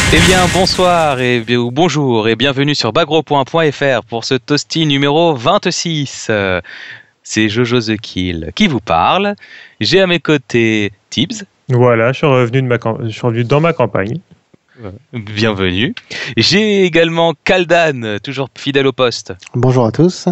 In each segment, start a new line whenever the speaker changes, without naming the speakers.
Eh bien, bonsoir ou bonjour et bienvenue sur bagro.fr pour ce toasty numéro 26. C'est Jojo The Kill qui vous parle. J'ai à mes côtés Tibbs.
Voilà, je suis revenu dans ma campagne.
Bienvenue. J'ai également Kaldan, toujours fidèle au poste.
Bonjour à tous.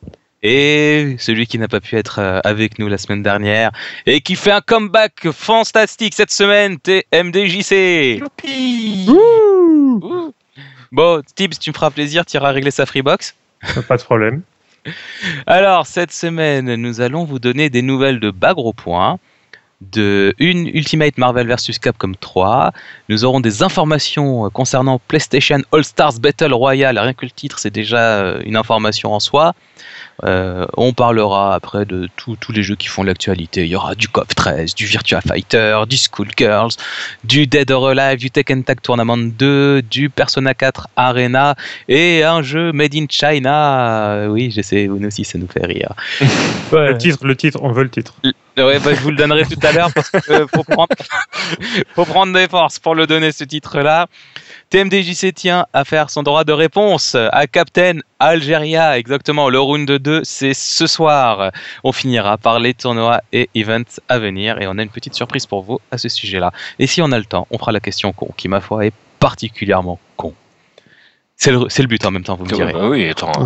Et celui qui n'a pas pu être avec nous la semaine dernière et qui fait un comeback fantastique cette semaine, TMDJC. Youpi. Ouh. Bon, Tibbs, tu me feras plaisir, tu iras régler sa Freebox.
Pas de problème.
Alors, cette semaine, nous allons vous donner des nouvelles de Bagro Point, de une Ultimate Marvel vs Capcom 3. Nous aurons des informations concernant PlayStation All Stars Battle Royale. Rien que le titre, c'est déjà une information en soi. On parlera après de tous les jeux qui font l'actualité. Il y aura du KOF 13, du Virtua Fighter, du Skullgirls, du Dead or Alive, du Tekken Tag Tournament 2, du Persona 4 Arena et un jeu Made in China. Oui, je sais, nous aussi ça nous fait rire.
Ouais. Le titre, on veut le titre.
Ouais, bah, je vous le donnerai tout à l'heure parce que faut prendre des forces pour le donner ce titre-là. TMDJC tient à faire son droit de réponse à Captain Algeria, exactement. Le round 2, c'est ce soir. On finira par les tournois et events à venir et on a une petite surprise pour vous à ce sujet-là. Et si on a le temps, on fera la question con, qui ma foi est particulièrement con. C'est le but en même temps, vous me direz.
Bah oui, attends.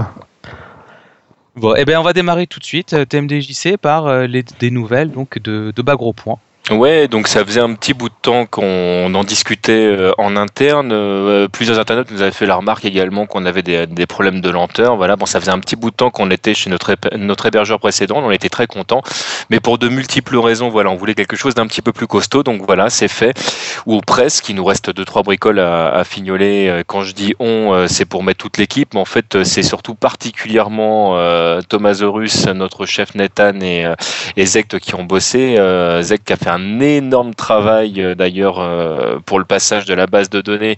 Bon, eh bien, on va démarrer tout de suite, TMDJC, par des nouvelles donc, de Bagro Point.
Ouais, donc ça faisait un petit bout de temps qu'on en discutait en interne. Plusieurs internautes nous avaient fait la remarque également qu'on avait des problèmes de lenteur. Voilà, bon, ça faisait un petit bout de temps qu'on était chez notre hébergeur précédent. On était très contents, mais pour de multiples raisons, voilà, on voulait quelque chose d'un petit peu plus costaud. Donc voilà, c'est fait. Ou presque. Il nous reste 2-3 bricoles à fignoler. Quand je dis on, c'est pour mettre toute l'équipe, mais en fait, c'est surtout particulièrement Thomas Zorus, notre chef Nathan et Zect qui ont bossé. Zect qui a fait un énorme travail d'ailleurs pour le passage de la base de données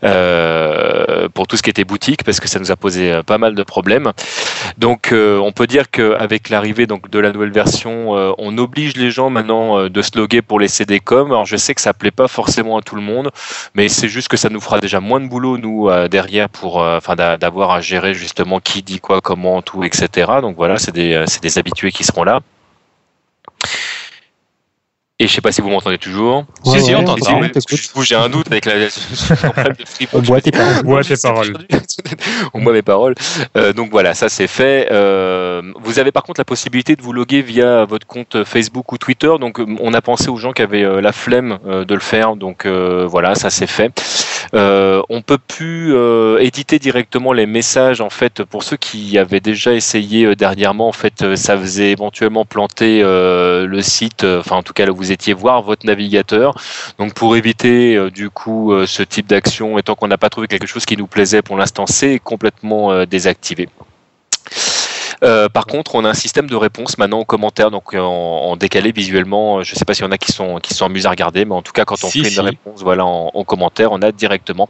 pour tout ce qui était boutique parce que ça nous a posé pas mal de problèmes. Donc on peut dire qu'avec l'arrivée donc de la nouvelle version, on oblige les gens maintenant de se loguer pour les CD-com. Alors je sais que ça plaît pas forcément à tout le monde, mais c'est juste que ça nous fera déjà moins de boulot nous derrière pour d'avoir à gérer justement qui dit quoi, comment, tout, etc. Donc voilà, c'est des habitués qui seront là. Et je sais pas si vous m'entendez toujours.
Ouais,
Si, on t'entend.
J'ai un doute avec la problème de Freebox.
On boit tes paroles.
On boit mes paroles. Donc voilà, ça c'est fait. Vous avez par contre la possibilité de vous loguer via votre compte Facebook ou Twitter. Donc on a pensé aux gens qui avaient la flemme de le faire. Donc voilà, ça c'est fait. On peut plus éditer directement les messages en fait pour ceux qui avaient déjà essayé dernièrement. En fait, ça faisait éventuellement planter le site. Enfin, en tout cas, là, vous étiez voir votre navigateur. Donc, pour éviter du coup ce type d'action, et tant qu'on n'a pas trouvé quelque chose qui nous plaisait pour l'instant, c'est complètement désactivé. Par contre, on a un système de réponse maintenant aux commentaires, donc en décalé visuellement. Je ne sais pas s'il y en a qui sont amusés à regarder, mais en tout cas, quand on fait une réponse, voilà, en commentaire, on a directement.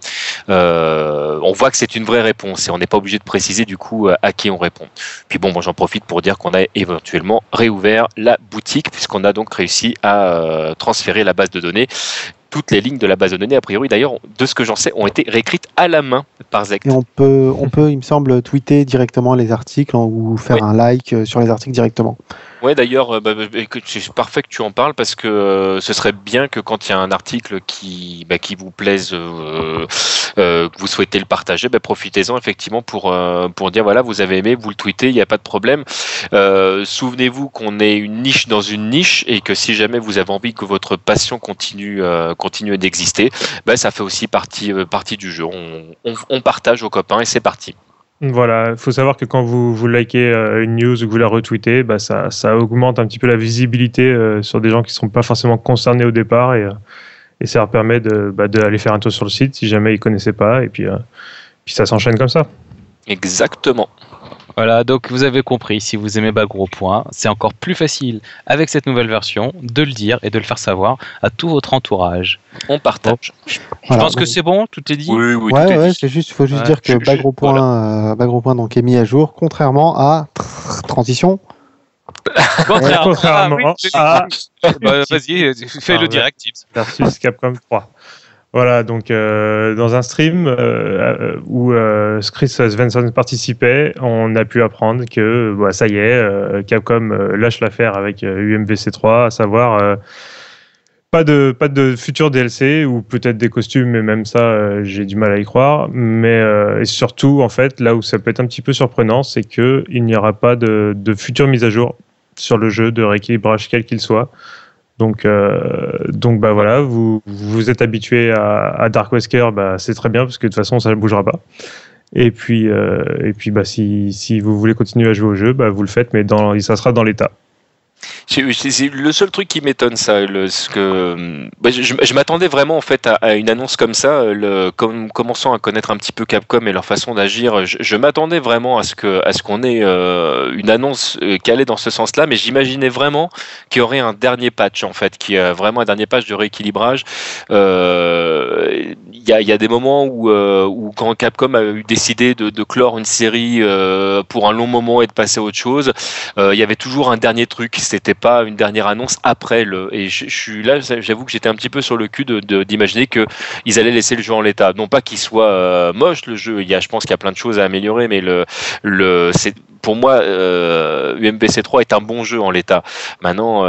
On voit que c'est une vraie réponse et on n'est pas obligé de préciser du coup à qui on répond. Puis bon, moi j'en profite pour dire qu'on a éventuellement réouvert la boutique puisqu'on a donc réussi à transférer la base de données. Toutes les lignes de la base de données, a priori d'ailleurs, de ce que j'en sais, ont été réécrites à la main par Zect.
Et on peut, il me semble, tweeter directement les articles ou faire un like sur les articles directement.
Ouais, d'ailleurs, c'est parfait que tu en parles parce que ce serait bien que quand il y a un article qui vous plaise, que vous souhaitez le partager, profitez-en effectivement pour dire voilà, vous avez aimé, vous le tweetez, il n'y a pas de problème. Souvenez-vous qu'on est une niche dans une niche et que si jamais vous avez envie que votre passion continue d'exister, ça fait aussi partie du jeu. On partage aux copains et c'est parti.
Voilà, il faut savoir que quand vous likez une news ou que vous la retweetez, ça augmente un petit peu la visibilité sur des gens qui ne sont pas forcément concernés au départ et ça leur permet d'aller faire un tour sur le site si jamais ils ne connaissaient pas et puis ça s'enchaîne comme ça.
Exactement.
Voilà, donc vous avez compris, si vous aimez Bagro Point, c'est encore plus facile avec cette nouvelle version de le dire et de le faire savoir à tout votre entourage.
On partage.
Je pense que c'est bon, tout est dit.
Oui,
ouais, c'est juste, faut juste dire que Bagro Point donc est mis à jour, contrairement à transition.
Contrairement à
vas-y, fais le direct, Tibbs.
versus Capcom 3. Voilà, donc dans un stream où Chris Svensson participait, on a pu apprendre que ça y est, Capcom lâche l'affaire avec UMVC3, à savoir pas de futur DLC ou peut-être des costumes, mais même ça, j'ai du mal à y croire. Mais et surtout, en fait, là où ça peut être un petit peu surprenant, c'est qu'il n'y aura pas de future mise à jour sur le jeu, de rééquilibrage quel qu'il soit. Donc voilà, vous êtes habitué à Dark Wesker, c'est très bien parce que de toute façon ça ne bougera pas. Et puis si vous voulez continuer à jouer au jeu, vous le faites, mais ça sera dans l'état.
C'est le seul truc qui m'étonne, ça. Je m'attendais vraiment en fait à une annonce comme ça, commençant à connaître un petit peu Capcom et leur façon d'agir. Je m'attendais vraiment à ce qu'on ait une annonce qui allait dans ce sens-là, mais j'imaginais vraiment qu'il y aurait un dernier patch en fait, vraiment un dernier patch de rééquilibrage. Il y a des moments où quand Capcom a décidé de clore une série pour un long moment et de passer à autre chose, il y avait toujours un dernier truc. C'était pas une dernière annonce après et je suis là, j'avoue que j'étais un petit peu sur le cul d'imaginer que ils allaient laisser le jeu en l'état. Non pas qu'il soit moche le jeu, je pense qu'il y a plein de choses à améliorer, mais pour moi UMVC3 est un bon jeu en l'état. Maintenant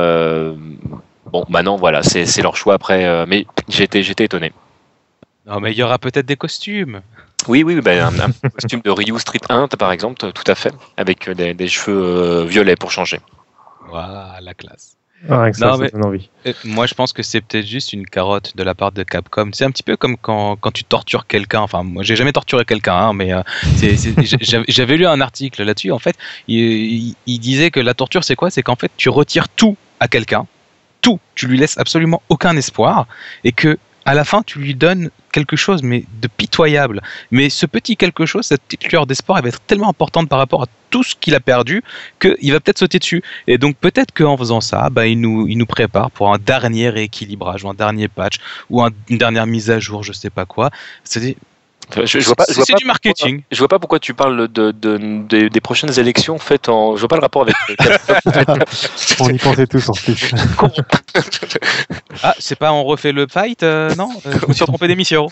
voilà, c'est leur choix après, mais j'étais étonné.
Non, mais il y aura peut-être des costumes.
Oui, un costume de Ryu Street 1 par exemple, tout à fait, avec des cheveux violets pour changer.
Voilà, la classe.
Ah, ça donne envie.
Moi, je pense que c'est peut-être juste une carotte de la part de Capcom. C'est un petit peu comme quand tu tortures quelqu'un. Enfin, moi, j'ai jamais torturé quelqu'un, mais j'avais lu un article là-dessus. En fait, il disait que la torture, c'est quoi ? C'est qu'en fait, tu retires tout à quelqu'un, tout. Tu lui laisses absolument aucun espoir, et que à la fin, tu lui donnes quelque chose, mais de pitoyable. Mais ce petit quelque chose, cette petite lueur d'espoir, elle va être tellement importante par rapport à tout ce qu'il a perdu qu'il va peut-être sauter dessus. Et donc peut-être qu'en faisant ça, il nous prépare pour un dernier rééquilibrage, ou un dernier patch, ou une dernière mise à jour, je sais pas quoi. C'est du marketing.
Je vois pas pourquoi tu parles des prochaines élections faites je vois pas le rapport avec.
On y pensait tous en plus.
Ah, c'est pas on refait le fight, non je me suis trompé d'émission.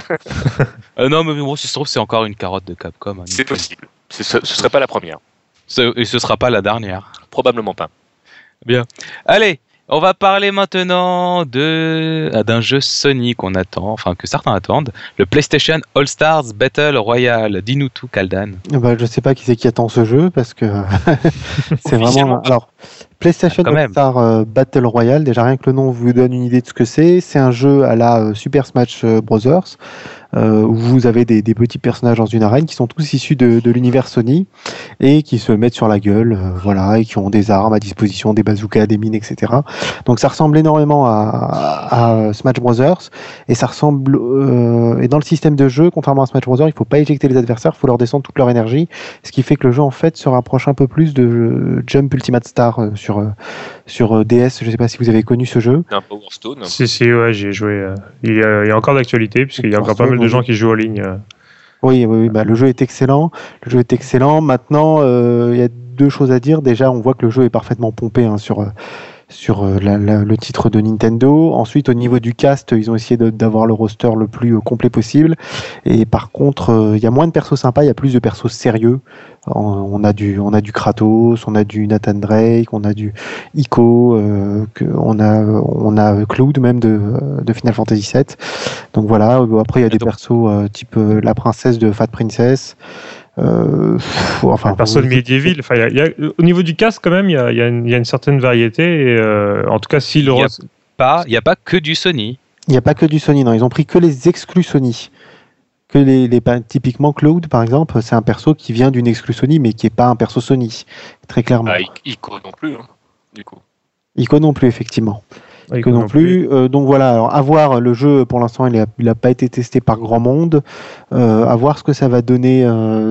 Non, mais bon, si se trouve, c'est encore une carotte de Capcom. Hein,
c'est possible. Ce serait pas la première.
Et ce sera pas la dernière.
Probablement pas.
Bien. Allez, on va parler maintenant d'un jeu Sony qu'on attend, enfin que certains attendent, le PlayStation All Stars Battle Royale. Dis-nous tout, Kaldan.
Je sais pas qui c'est qui attend ce jeu parce que c'est vraiment. Alors, PlayStation All Stars Battle Royale, déjà rien que le nom vous donne une idée de ce que c'est. C'est un jeu à la Super Smash Bros. Où vous avez des petits personnages dans une arène qui sont tous issus de l'univers Sony et qui se mettent sur la gueule, et qui ont des armes à disposition, des bazookas, des mines, etc. Donc ça ressemble énormément à Smash Bros. Et ça ressemble et dans le système de jeu, contrairement à Smash Bros, il faut pas éjecter les adversaires, il faut leur descendre toute leur énergie, ce qui fait que le jeu en fait se rapproche un peu plus de Jump Ultimate Star sur DS. Je sais pas si vous avez connu ce jeu.
Un Power Stone.
Si, ouais, j'ai joué. Il y a encore d'actualité puisqu'il y a encore pas mal de gens qui jouent en ligne.
Oui, le jeu est excellent. Maintenant, il y a deux choses à dire. Déjà, on voit que le jeu est parfaitement pompé sur le titre de Nintendo. Ensuite, au niveau du cast, ils ont essayé d'avoir le roster le plus complet possible. Et par contre, il y a moins de persos sympas, il y a plus de persos sérieux. On a du Kratos, on a du Nathan Drake, on a du Ico, on a Cloud même de Final Fantasy VII. Donc voilà. Après, il y a des persos type la princesse de Fat Princess.
Personne médiévale. Au niveau du cast, quand même, il y a une certaine variété. Et, en tout cas, si le
il n'y a pas que du Sony.
Il n'y a pas que du Sony, non. Ils ont pris que les exclus Sony. Typiquement Cloud, par exemple, c'est un perso qui vient d'une exclue Sony, mais qui n'est pas un perso Sony, très clairement.
Ico non plus, hein, du coup.
Ico non plus, effectivement. Ico non plus. Donc voilà, alors, à voir, le jeu, pour l'instant, il n'a pas été testé par grand monde. À voir ce que ça va donner,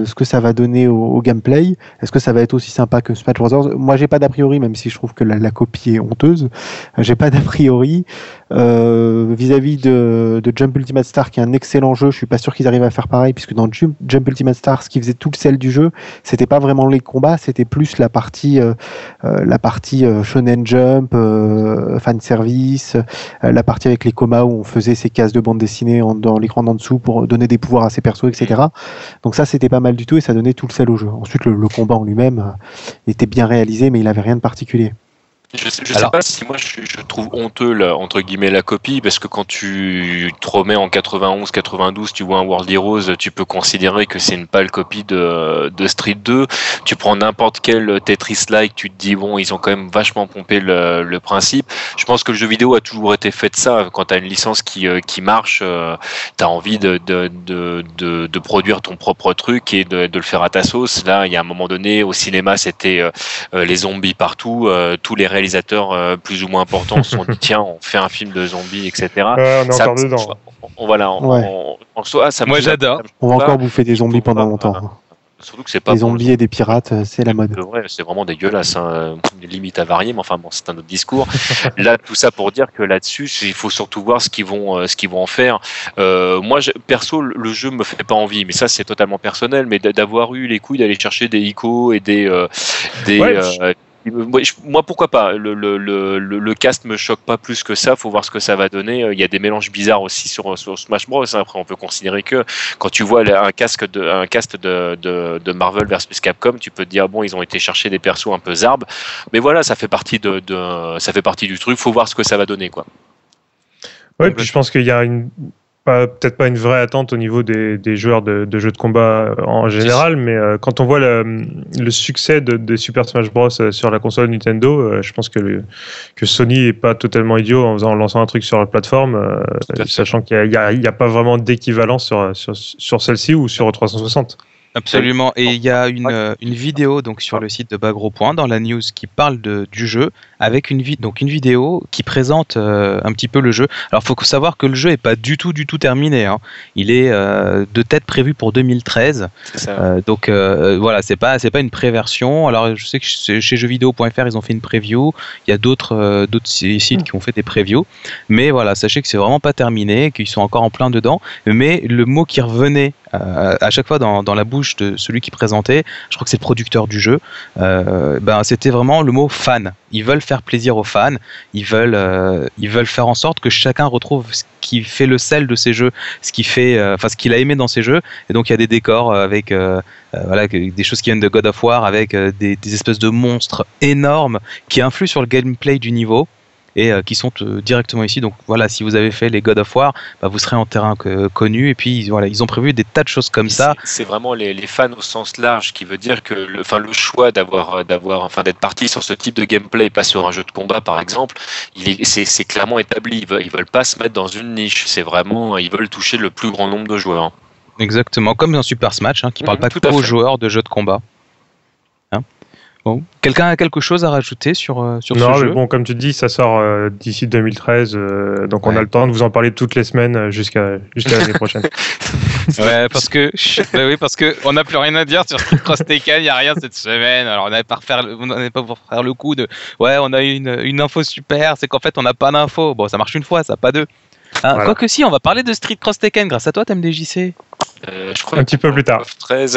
au gameplay. Est-ce que ça va être aussi sympa que Smash Bros? Moi, j'ai pas d'a priori, même si je trouve que la copie est honteuse. J'ai pas d'a priori. Vis-à-vis de Jump Ultimate Star, qui est un excellent jeu, je suis pas sûr qu'ils arrivent à faire pareil, puisque dans Jump Ultimate Star, ce qui faisait tout le sel du jeu, c'était pas vraiment les combats, c'était plus la partie Shonen Jump, fan service, service, la partie avec les comas où on faisait ces cases de bande dessinée dans l'écran d'en dessous pour donner des pouvoirs à ses persos, etc. Donc ça, c'était pas mal du tout et ça donnait tout le sel au jeu. Ensuite, le combat en lui-même était bien réalisé, mais il avait rien de particulier.
Je sais pas si moi je trouve honteux entre guillemets la copie, parce que quand tu te remets en 91-92, tu vois un World Heroes, tu peux considérer que c'est une pâle copie de Street 2. Tu prends n'importe quel Tetris-like, tu te dis bon, ils ont quand même vachement pompé le principe. Je pense que le jeu vidéo a toujours été fait de ça. Quand tu as une licence qui marche, tu as envie de produire ton propre truc et de le faire à ta sauce. Là, il y a un moment donné, au cinéma, c'était les zombies partout, tous les réalisateurs plus ou moins importants se sont dit tiens, on fait un film de zombies, etc.
On est encore dedans.
Voilà, en soi, ça
moi j'adore.
On va encore bouffer des zombies pendant longtemps.
Surtout que c'est pas
des zombies et des pirates, c'est la mode.
C'est vraiment dégueulasse, hein. Limite à varier, mais enfin bon, c'est un autre discours. Là, tout ça pour dire que là-dessus, il faut surtout voir ce qu'ils vont en faire. Moi, perso, le jeu me fait pas envie, mais ça c'est totalement personnel. Mais d'avoir eu les couilles d'aller chercher des ICO et moi, pourquoi pas. Le cast me choque pas plus que ça. Faut voir ce que ça va donner. Il y a des mélanges bizarres aussi sur Smash Bros. Après, on peut considérer que quand tu vois un cast de Marvel versus Capcom, tu peux te dire bon, ils ont été chercher des persos un peu zarbes. Mais voilà, ça fait partie ça fait partie du truc. Faut voir ce que ça va donner, quoi.
Ouais, puis je pense qu'il y a peut-être pas une vraie attente au niveau des joueurs de jeux de combat en général, mais quand on voit le succès de Super Smash Bros sur la console Nintendo, je pense que Sony est pas totalement idiot en lançant un truc sur la plateforme, sachant qu'il y a pas vraiment d'équivalence sur celle-ci ou sur 360.
Absolument, et il y a une vidéo donc sur le site de Bas Gros Point dans la news qui parle du jeu avec une vidéo qui présente un petit peu le jeu. Alors faut savoir que le jeu est pas du tout terminé, hein. Il est de tête prévu pour 2013.
C'est ça.
Donc voilà, c'est pas une pré-version. Alors je sais que chez jeuxvideo.fr ils ont fait une preview. Il y a d'autres sites qui ont fait des previews. Mais voilà, sachez que c'est vraiment pas terminé, qu'ils sont encore en plein dedans. Mais le mot qui revenait à chaque fois dans la bouche de celui qui présentait, je crois que c'est le producteur du jeu, c'était vraiment le mot fan. Ils veulent faire plaisir aux fans, ils veulent faire en sorte que chacun retrouve ce qui fait le sel de ces jeux, ce qu'il a aimé dans ces jeux. Et donc il y a des décors avec des choses qui viennent de God of War, avec des espèces de monstres énormes qui influent sur le gameplay du niveau et qui sont directement ici. Donc voilà, si vous avez fait les God of War, vous serez en terrain connu. Et puis voilà, ils ont prévu des tas de choses comme ça.
C'est vraiment les fans au sens large, qui veut dire que le choix d'être parti sur ce type de gameplay, pas sur un jeu de combat par exemple, c'est clairement établi. Ils veulent pas se mettre dans une niche. C'est vraiment, ils veulent toucher le plus grand nombre de joueurs.
Exactement, comme dans Super Smash, qui parle pas qu'aux joueurs de jeux de combat. Bon. Quelqu'un a quelque chose à rajouter sur ce jeu ? Non, mais
bon, comme tu dis, ça sort d'ici 2013, donc on a le temps de vous en parler toutes les semaines jusqu'à l'année prochaine.
Ouais, parce que on n'a plus rien à dire sur Street Cross Tekken, il n'y a rien cette semaine. Alors on n'avait pas pour faire le coup de on a une info super, c'est qu'en fait on n'a pas d'info. Bon, ça marche une fois, ça, pas deux. Voilà. Quoique si, on va parler de Street Cross Tekken grâce à toi, TMDJC.
Je crois
un petit peu plus tard.
13.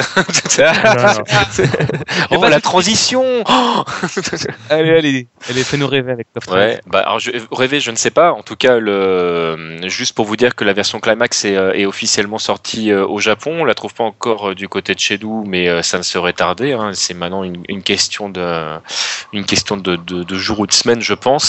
Oh, la transition.
Allez, fais-nous rêver avec Top 13.
Ouais, alors rêver, je ne sais pas. En tout cas, juste pour vous dire que la version Climax est officiellement sortie au Japon. On la trouve pas encore du côté de chez nous, mais ça ne serait tardé. Hein. C'est maintenant une question de jour ou de semaine, je pense.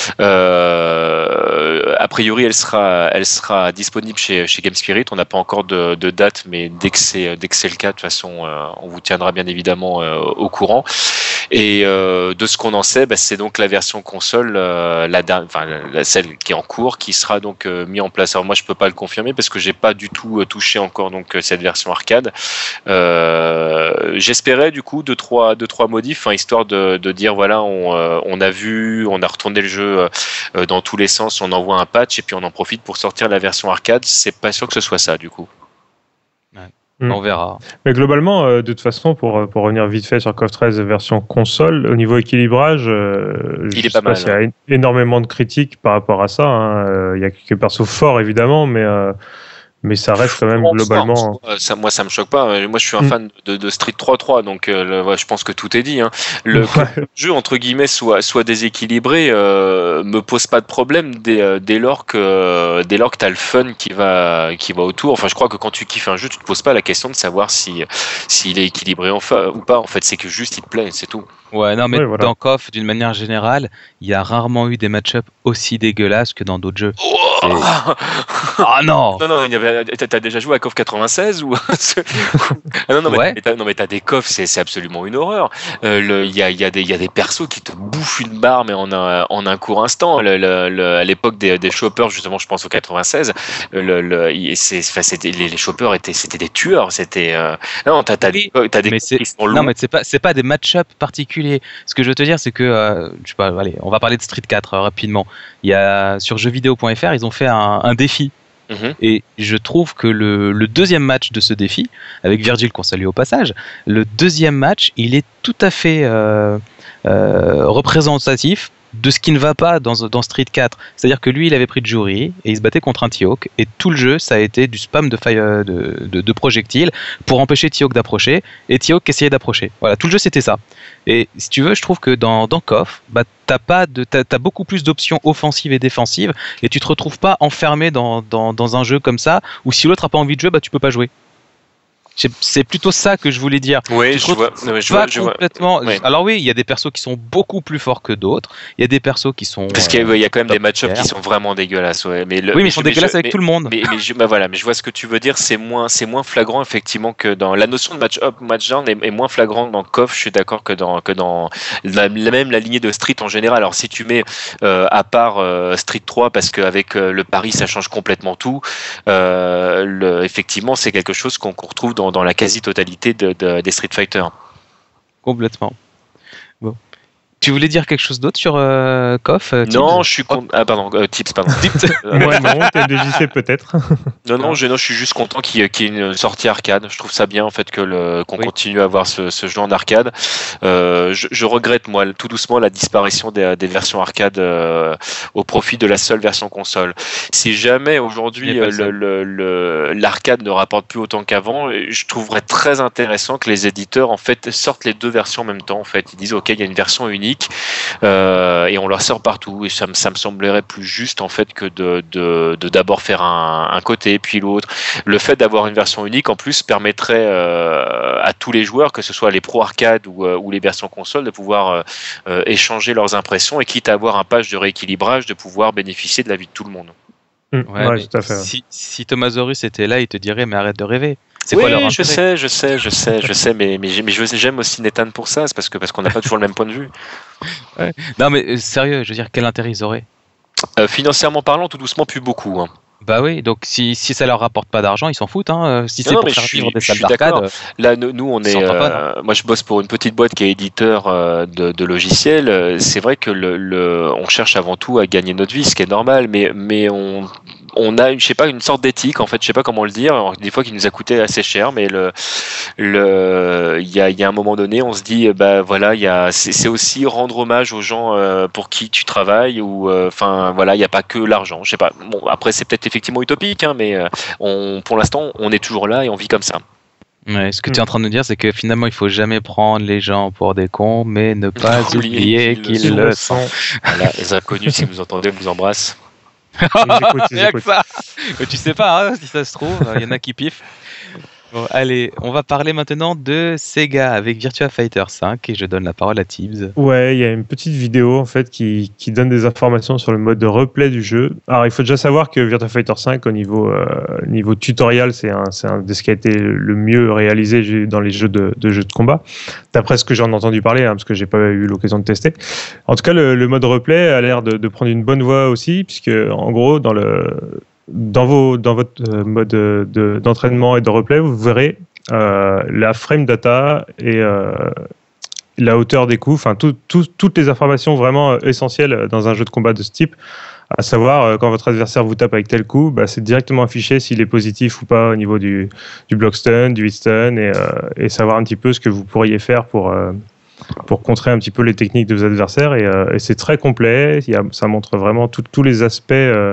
A priori, elle sera disponible chez Game Spirit. On n'a pas encore de date, mais dès que c'est le cas, de toute façon, on vous tiendra bien évidemment au courant. Et de ce qu'on en sait, c'est donc la version console, celle qui est en cours, qui sera donc mise en place. Alors moi, je peux pas le confirmer parce que j'ai pas du tout touché encore donc cette version arcade. J'espérais du coup deux trois modifs, histoire de dire voilà, on a retourné le jeu dans tous les sens, on envoie un patch et puis on en profite pour sortir la version arcade. C'est pas sûr que ce soit ça du coup.
On verra.
Mais globalement, de toute façon, pour revenir vite fait sur KOF 13 version console, au niveau équilibrage,
il est pas mal.
Il y a énormément de critiques par rapport à ça. Il y a quelques persos forts évidemment, mais Mais ça reste quand même globalement.
Moi, ça me choque pas. Moi, je suis un fan de Street 3.3, donc je pense que tout est dit. Hein. Le jeu entre guillemets soit déséquilibré me pose pas de problème dès lors que t'as le fun qui va autour. Enfin, je crois que quand tu kiffes un jeu, tu te poses pas la question de savoir s'il est équilibré ou pas. En fait, c'est que juste il te plaît, c'est tout.
Ouais, non, mais dans KOF, d'une manière générale, il y a rarement eu des match-ups aussi dégueulasses que dans d'autres jeux. Ah non.
Non, t'as déjà joué à KOF 96 ou non, mais t'as des KOF, c'est absolument une horreur. Il y a des persos qui te bouffent une barre, mais en un court instant. À l'époque des choppers, justement, je pense au 96, les choppers c'était des tueurs. C'était non, t'as des qui sont longs.
Non, mais c'est pas des match-up particuliers. Ce que je veux te dire, c'est que je sais pas, allez, on va parler de Street 4 rapidement. Il y a sur jeuxvideo.fr, ils ont fait un défi. Et je trouve que le deuxième match de ce défi, avec Virgil qu'on salue au passage, le deuxième match, il est tout à fait représentatif de ce qui ne va pas dans Street 4. C'est-à-dire que lui, il avait pris de jury et il se battait contre un T-Hawk, et tout le jeu, ça a été du spam de projectiles pour empêcher T-Hawk d'approcher, et T-Hawk essayait d'approcher. Voilà, tout le jeu, c'était ça. Et si tu veux, je trouve que dans KOF, bah, t'as beaucoup plus d'options offensives et défensives, et tu te retrouves pas enfermé dans un jeu comme ça, où si l'autre a pas envie de jouer, bah, tu peux pas jouer. C'est plutôt ça que je voulais dire.
Oui, je vois.
Complètement. Ouais. Alors oui, il y a des persos qui sont beaucoup plus forts que d'autres. Il y a des persos qui sont.
Parce qu'il y a quand même des match-ups qui sont vraiment dégueulasses. Ouais.
Mais ils sont dégueulasses avec tout le monde.
Mais je vois ce que tu veux dire. C'est moins flagrant effectivement que dans la notion de match-up, match-down est moins flagrant dans KOF. Je suis d'accord que dans la lignée de Street en général. Alors si tu mets à part Street 3 parce qu'avec le pari ça change complètement tout. Effectivement, c'est quelque chose qu'on retrouve dans la quasi-totalité des Street Fighter.
Complètement. Bon. Tu voulais dire quelque chose d'autre sur KOF
Non, je suis content. Ah, pardon, Tips, pardon.
Ouais, non, TMDJC peut-être.
Non, je suis juste content qu'il y ait une sortie arcade. Je trouve ça bien, en fait, qu'on continue à avoir ce jeu en arcade. Je regrette, moi, tout doucement, la disparition des versions arcade au profit de la seule version console. Si jamais, aujourd'hui, l'arcade ne rapporte plus autant qu'avant, je trouverais très intéressant que les éditeurs, en fait, sortent les deux versions en même temps, en fait. Ils disent, OK, il y a une version unique, et on la sort partout, et ça me semblerait plus juste en fait que de d'abord faire un côté puis l'autre. Le fait d'avoir une version unique en plus permettrait à tous les joueurs, que ce soit les pro arcade ou les versions console, de pouvoir échanger leurs impressions, et quitte à avoir un patch de rééquilibrage, de pouvoir bénéficier de l'avis de tout le monde.
Ouais, tout à fait.
Si Thomasaurus était là, il te dirait mais arrête de rêver.
Oui, je sais, mais j'aime aussi Nathan pour ça, c'est parce qu'on n'a pas toujours le même point de vue.
Ouais. Non, mais sérieux, je veux dire, quel intérêt ils auraient
financièrement parlant, tout doucement, plus beaucoup. Hein.
Bah oui, donc si ça leur rapporte pas d'argent, ils s'en foutent. Hein. Si c'est pour faire vivre des salles d'arcade.
Là, nous, on est. Moi, je bosse pour une petite boîte qui est éditeur de logiciels. C'est vrai que on cherche avant tout à gagner notre vie, ce qui est normal, mais on a une sorte d'éthique, en fait, je sais pas comment le dire. Alors, des fois, qui nous a coûté assez cher, mais il y a un moment donné, on se dit, bah voilà, c'est aussi rendre hommage aux gens pour qui tu travailles, ou enfin voilà, il y a pas que l'argent. Je sais pas. Bon, après, c'est peut-être effectivement utopique, hein, mais pour l'instant, on est toujours là et on vit comme ça.
Ouais, ce que tu es en train de nous dire, c'est que finalement, il faut jamais prendre les gens pour des cons, mais ne pas oublier qu'ils le sont.
Voilà, les inconnus, si vous entendez, on vous embrasse.
J'écoute. Ça. Tu sais pas, hein, si ça se trouve, il y en a qui piffent. Bon, allez, on va parler maintenant de Sega avec Virtua Fighter 5, et je donne la parole à Tibbs.
Ouais, il y a une petite vidéo en fait qui donne des informations sur le mode de replay du jeu. Alors, il faut déjà savoir que Virtua Fighter 5 au niveau tutoriel, c'est un de ce qui a été le mieux réalisé dans les jeux de combat. D'après ce que j'en ai entendu parler, hein, parce que j'ai pas eu l'occasion de tester. En tout cas, le mode replay a l'air de prendre une bonne voie aussi, puisque en gros dans votre mode d'entraînement et de replay, vous verrez la frame data et la hauteur des coups, enfin toutes les informations vraiment essentielles dans un jeu de combat de ce type, à savoir quand votre adversaire vous tape avec tel coup, bah, c'est directement affiché s'il est positif ou pas au niveau du block stun, du hit stun, et savoir un petit peu ce que vous pourriez faire pour contrer un petit peu les techniques de vos adversaires, et c'est très complet. Ça montre vraiment tous les aspects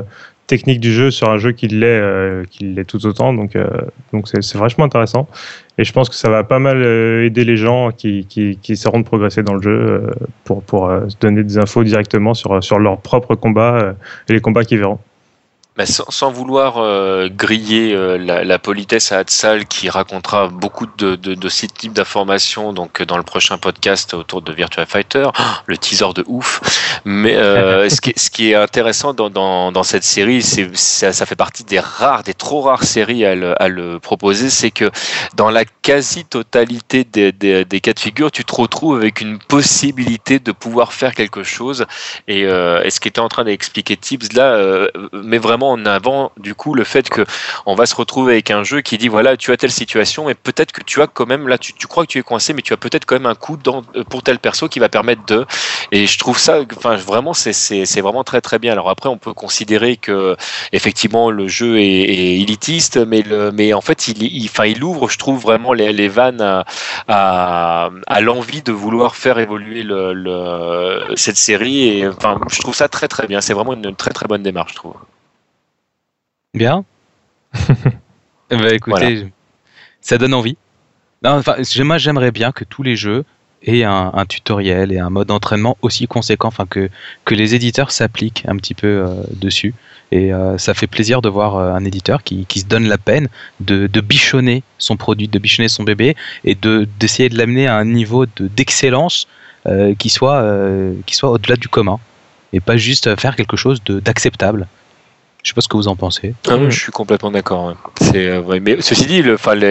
technique du jeu sur un jeu qui l'est tout autant. Donc c'est vachement intéressant. Et je pense que ça va pas mal aider les gens qui essaieront de progresser dans le jeu pour se donner des infos directement sur leurs propres combats et les combats qu'ils verront.
Mais sans vouloir griller la politesse à Hatsal qui racontera beaucoup de ces types d'informations donc dans le prochain podcast autour de Virtua Fighter, le teaser de ouf. Mais ce qui est intéressant dans cette série, ça fait partie des trop rares séries à le proposer, c'est que dans la quasi-totalité des cas de figure, tu te retrouves avec une possibilité de pouvoir faire quelque chose. Et ce qui était en train d'expliquer Tibbs là, mais vraiment en avant du coup le fait que on va se retrouver avec un jeu qui dit voilà, tu as telle situation et peut-être que tu as quand même là tu crois que tu es coincé mais tu as peut-être quand même un coup pour tel perso qui va permettre de, et je trouve ça vraiment c'est vraiment très très bien. Alors après on peut considérer que effectivement le jeu est élitiste mais en fait il ouvre, je trouve, vraiment les vannes à l'envie de vouloir faire évoluer cette série, et je trouve ça très très bien. C'est vraiment une très très bonne démarche, je trouve.
Bien. Écoutez, voilà. Ça donne envie. Non, moi, j'aimerais bien que tous les jeux aient un tutoriel et un mode d'entraînement aussi conséquent, que les éditeurs s'appliquent un petit peu dessus. Et ça fait plaisir de voir un éditeur qui se donne la peine de bichonner son produit, de bichonner son bébé et d'essayer de l'amener à un niveau d'excellence qui soit au-delà du commun et pas juste faire quelque chose d'acceptable. Je sais pas ce que vous en pensez.
Je suis complètement d'accord. Ouais. Mais ceci dit,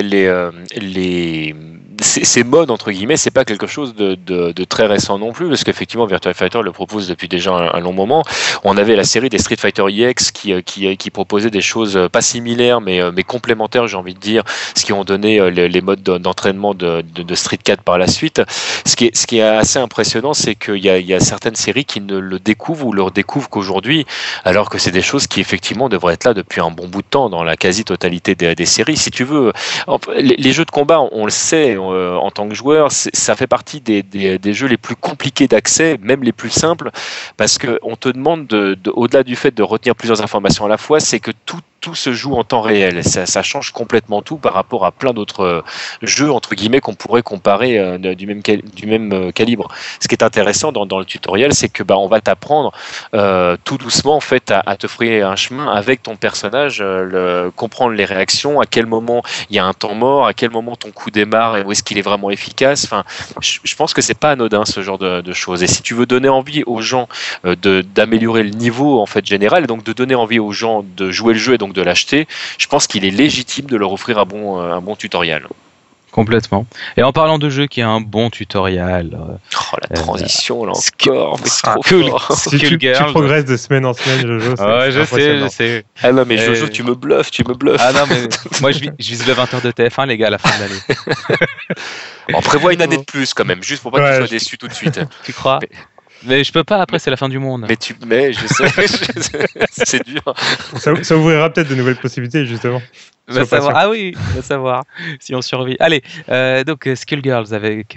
ces modes entre guillemets, c'est pas quelque chose de très récent non plus, parce qu'effectivement Virtua Fighter le propose depuis déjà un long moment. On avait la série des Street Fighter EX qui proposait des choses pas similaires mais complémentaires, j'ai envie de dire, ce qui ont donné les modes d'entraînement de Street 4 par la suite. Ce qui est assez impressionnant, c'est qu'il y a certaines séries qui ne le découvrent ou le redécouvrent qu'aujourd'hui, alors que c'est des choses qui effectivement devraient être là depuis un bon bout de temps dans la quasi-totalité des séries. Si tu veux, les jeux de combat, on le sait, en tant que joueur, ça fait partie des jeux les plus compliqués d'accès, même les plus simples, parce que on te demande au-delà du fait de retenir plusieurs informations à la fois, c'est que tout se joue en temps réel. Ça change complètement tout par rapport à plein d'autres jeux entre guillemets qu'on pourrait comparer du même calibre. Ce qui est intéressant dans le tutoriel, c'est que on va t'apprendre tout doucement en fait à te frayer un chemin avec ton personnage, comprendre les réactions, à quel moment il y a un temps mort, à quel moment ton coup démarre et où est-ce qu'il est vraiment efficace. Je pense que c'est pas anodin ce genre de choses. Et si tu veux donner envie aux gens d'améliorer le niveau en fait général, et donc de donner envie aux gens de jouer le jeu et donc de l'acheter, je pense qu'il est légitime de leur offrir un bon tutoriel.
Complètement. Et en parlant de jeu qui a un bon tutoriel.
La transition là encore, mais c'est trop fort.
Tu progresses de semaine en semaine, Jojo.
Je sais.
Ah non, mais Jojo, tu me bluffes.
Ah non, mais moi je vise le 20h de TF1, les gars, à la fin de l'année.
On prévoit une année de plus quand même, juste pour pas que tu sois déçu tout de suite.
Tu crois ? Mais je peux pas, après c'est la fin du monde.
Mais je sais, c'est dur.
Ça ouvrira peut-être de nouvelles possibilités justement.
Va savoir si on survit. Allez, donc Skullgirls avec.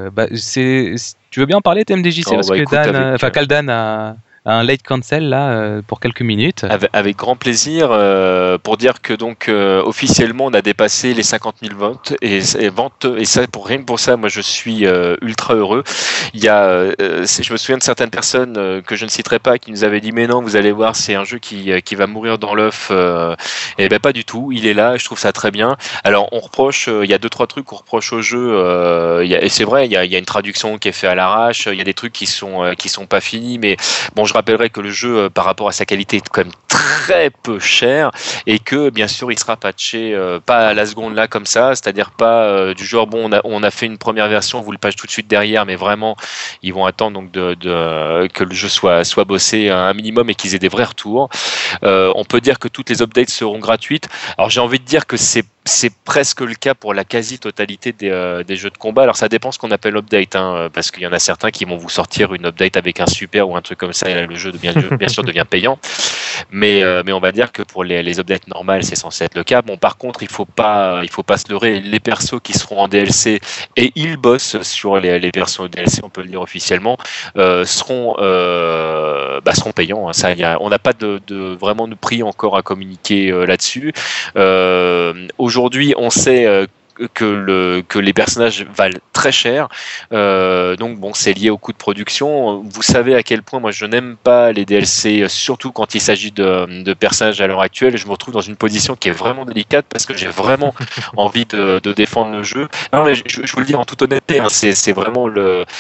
Tu veux bien en parler, TMDJC, parce que Kaldan a un late cancel là pour quelques minutes.
Avec grand plaisir, pour dire que donc officiellement on a dépassé les 50 000 ventes et ça rien que pour ça, moi je suis ultra heureux. Il y a, je me souviens de certaines personnes que je ne citerai pas qui nous avaient dit mais non, vous allez voir, c'est un jeu qui va mourir dans l'œuf. Et ben pas du tout, il est là, je trouve ça très bien. Alors on reproche, il y a 2-3 trucs qu'on reproche au jeu. Et c'est vrai, il y a une traduction qui est faite à l'arrache, il y a des trucs qui sont pas finis, mais bon, je rappellerai que le jeu, par rapport à sa qualité, est quand même très peu cher et que bien sûr il sera patché pas à la seconde là comme ça, c'est-à-dire pas du genre bon on a fait une première version, on vous le patch tout de suite derrière, mais vraiment ils vont attendre donc que le jeu soit bossé un minimum et qu'ils aient des vrais retours. On peut dire que toutes les updates seront gratuites. Alors j'ai envie de dire que c'est presque le cas pour la quasi-totalité des jeux de combat. Alors ça dépend ce qu'on appelle update, parce qu'il y en a certains qui vont vous sortir une update avec un super ou un truc comme ça, et là, le jeu bien sûr devient payant. mais on va dire que pour les updates normales, c'est censé être le cas. Bon, par contre, il faut pas se leurrer. Les persos qui seront en DLC, et ils bossent sur les versions DLC, on peut le dire officiellement, seront payants. Hein. Ça, on n'a pas vraiment de prix encore à communiquer là-dessus. Aujourd'hui, on sait que les personnages valent très cher, donc bon, c'est lié au coût de production. Vous savez à quel point moi je n'aime pas les DLC, surtout quand il s'agit de personnages à l'heure actuelle. Je me retrouve dans une position qui est vraiment délicate parce que j'ai vraiment envie de défendre le jeu. Non, mais je vous le dis en toute honnêteté, hein, c'est vraiment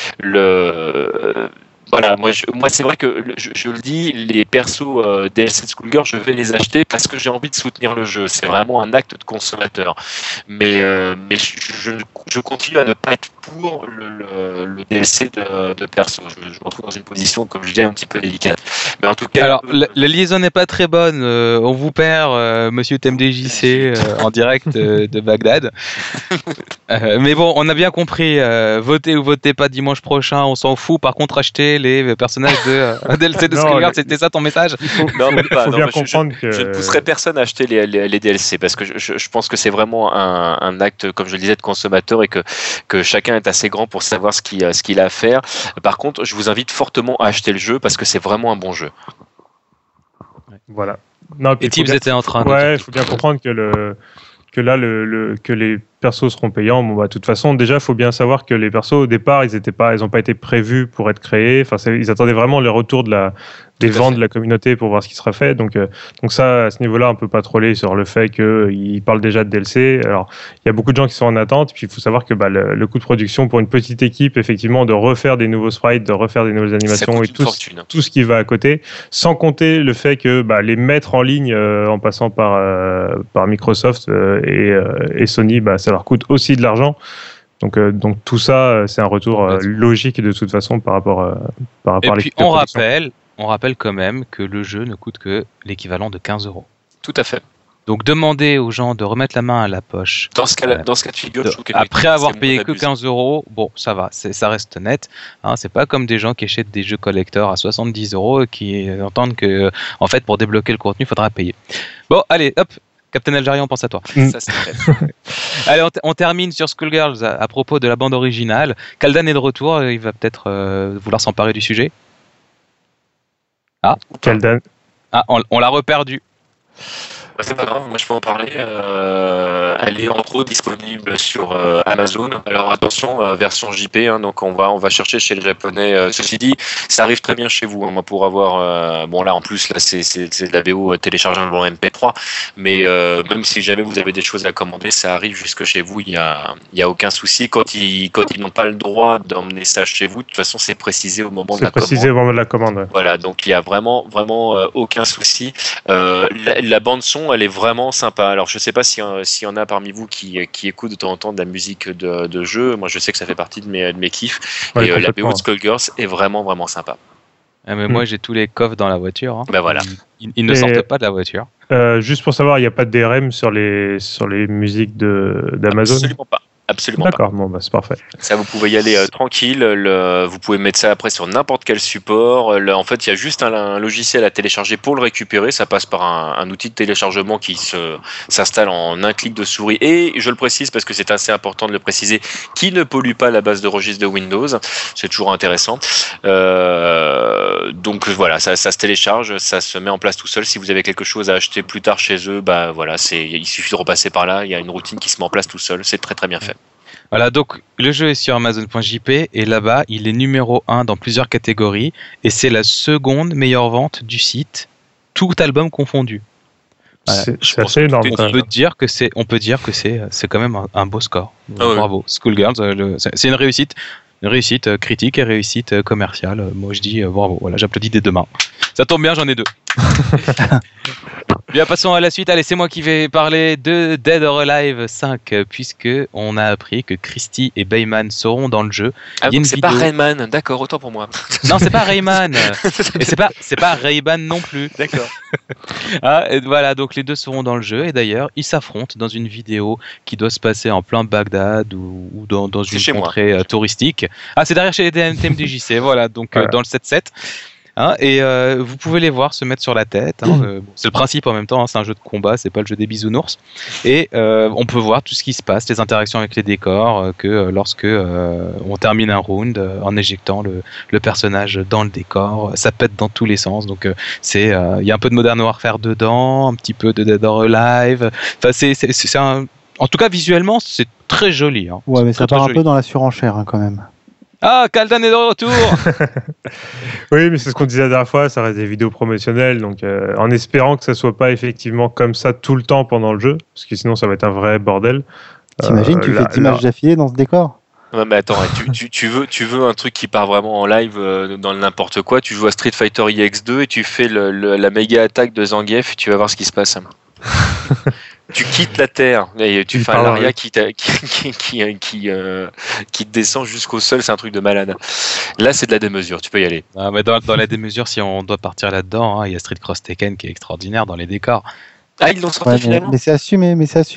voilà, moi c'est vrai que je le dis, les persos DLC de Schoolgirl, je vais les acheter parce que j'ai envie de soutenir le jeu. C'est vraiment un acte de consommateur. Mais je continue à ne pas être pour le DLC de perso. Je me retrouve dans une position, comme je dis, un petit peu délicate. Mais en tout cas,
alors la liaison n'est pas très bonne. On vous perd, Monsieur TMDJC, en direct de Bagdad. Mais bon, on a bien compris. Votez ou votez pas dimanche prochain, on s'en fout. Par contre, achetez les personnages de DLC de Schoolgirl. C'était ça ton message?
Non, mais pas. Bien comprendre que
je ne pousserai personne à acheter les DLC parce que je pense que c'est vraiment un acte, comme je le disais, de consommateur et que chacun est assez grand pour savoir ce qu'il a à faire. Par contre, je vous invite fortement à acheter le jeu parce que c'est vraiment un bon jeu.
Voilà. Non,
et Tibbs était en train de...
Ouais, il faut bien comprendre que les persos seront payants. Bon, bah, de toute façon, déjà, il faut bien savoir que les persos, au départ, ils n'ont pas été prévus pour être créés. Enfin, ils attendaient vraiment le retour des ventes de la communauté pour voir ce qui sera fait. Donc ça, à ce niveau-là, on peut pas troller sur le fait qu'ils parlent déjà de DLC. Alors, il y a beaucoup de gens qui sont en attente. Puis, il faut savoir que le coût de production pour une petite équipe, effectivement, de refaire des nouveaux sprites, de refaire des nouvelles animations et tout ce qui va à côté, sans compter le fait que les mettre en ligne en passant par Microsoft et Sony, ça leur coûte aussi de l'argent. Donc tout ça, c'est un retour logique de toute façon par rapport à
l'équipe de production. On rappelle quand même que le jeu ne coûte que l'équivalent de 15 €.
Tout à fait.
Donc demandez aux gens de remettre la main à la poche.
Dans ce cas de figure, je trouve
après avoir payé que 15 €, bon, ça va, ça reste net. Hein, c'est pas comme des gens qui achètent des jeux collector à 70 € et qui entendent que, en fait, pour débloquer le contenu, il faudra payer. Bon, allez, hop. Captain Algérian, pense à toi.
Ça, c'est vrai.
Allez, on termine sur Schoolgirls à propos de la bande originale. Kaldan est de retour, il va peut-être vouloir s'emparer du sujet. Ah,
Kaldan.
Ah, on l'a reperdu.
C'est pas grave, moi je peux en parler. Elle est en gros disponible sur Amazon. Alors attention, version JP, hein, donc on va chercher chez les Japonais. Ceci dit, ça arrive très bien chez vous. Hein, moi pour avoir, bon là en plus là c'est de la VO téléchargeable en MP3, mais même si jamais vous avez des choses à commander, ça arrive jusque chez vous. Il y a aucun souci. Quand ils n'ont pas le droit d'emmener ça chez vous, de toute façon c'est précisé au moment de la commande. C'est précisé
au moment de la commande. Ouais.
Voilà, donc il y a vraiment aucun souci. La bande son, elle est vraiment sympa. Alors je sais pas s'il y en a parmi vous qui écoutent de temps en temps de la musique de jeu. Moi je sais que ça fait partie de mes kiffs. Ouais, et la BO de Skullgirls est vraiment vraiment sympa.
Ah, mais moi j'ai tous les coffres dans la voiture. Hein.
Ben voilà.
Ils ne sortent pas de la voiture.
Juste pour savoir, il n'y a pas de DRM sur les musiques d'Amazon?
Absolument pas. Absolument pas.
D'accord, bon, c'est parfait.
Ça, vous pouvez y aller tranquille. Vous pouvez mettre ça après sur n'importe quel support. En fait, il y a juste un logiciel à télécharger pour le récupérer. Ça passe par un outil de téléchargement qui s'installe en un clic de souris. Et je le précise parce que c'est assez important de le préciser, qui ne pollue pas la base de registre de Windows. C'est toujours intéressant. Donc voilà, ça se télécharge, ça se met en place tout seul. Si vous avez quelque chose à acheter plus tard chez eux, voilà, il suffit de repasser par là. Il y a une routine qui se met en place tout seul. C'est très très bien fait.
Voilà, donc le jeu est sur Amazon.jp et là-bas, il est numéro 1 dans plusieurs catégories et c'est la seconde meilleure vente du site, tout album confondu. Voilà.
C'est assez énorme.
On peut dire que c'est quand même un beau score. Bravo, Schoolgirls, c'est une réussite. Une réussite critique et réussite commerciale. Moi, je dis bravo. Voilà, j'applaudis des deux mains. Ça tombe bien, j'en ai deux. Bien, passons à la suite. Allez, c'est moi qui vais parler de Dead or Alive 5, puisque on a appris que Christy et Bayman seront dans le jeu.
Ah, donc c'est pas Rayman, d'accord, autant pour moi.
Non, c'est pas Rayman. Et c'est pas Ray-Ban non plus.
D'accord.
Et voilà, donc les deux seront dans le jeu. Et d'ailleurs, ils s'affrontent dans une vidéo qui doit se passer en plein Bagdad ou dans une contrée touristique. Ah, c'est derrière chez les TMDJC, voilà, donc dans le 7-7. Hein, et vous pouvez les voir se mettre sur la tête. Hein, c'est le principe en même temps. Hein, c'est un jeu de combat, c'est pas le jeu des bisounours. Et on peut voir tout ce qui se passe, les interactions avec les décors, que lorsque on termine un round en éjectant le personnage dans le décor, ça pète dans tous les sens. Donc il y a un peu de Modern Warfare dedans, un petit peu de Dead or Alive. Enfin, c'est un... En tout cas, visuellement, c'est très joli. Hein.
Ouais, mais ça part un peu dans la surenchère hein, quand même.
Ah, Kaldan est de retour.
Oui, mais c'est ce qu'on disait la dernière fois, ça reste des vidéos promotionnelles, donc en espérant que ça soit pas effectivement comme ça tout le temps pendant le jeu, parce que sinon ça va être un vrai bordel.
T'imagines, tu fais 10 matchs d'affilée dans ce décor ?
Ouais, mais attends, tu veux un truc qui part vraiment en live dans le n'importe quoi, tu joues à Street Fighter EX2 et tu fais la méga attaque de Zangief et tu vas voir ce qui se passe. Tu quittes la terre et tu fais un Laria qui te descend jusqu'au sol, c'est un truc de malade. Là, c'est de la démesure, tu peux y aller.
Ah, mais dans la démesure, si on doit partir là-dedans, il y a Street Cross Tekken qui est extraordinaire dans les décors.
Ah, ils l'ont sorti finalement.
Mais c'est assumé,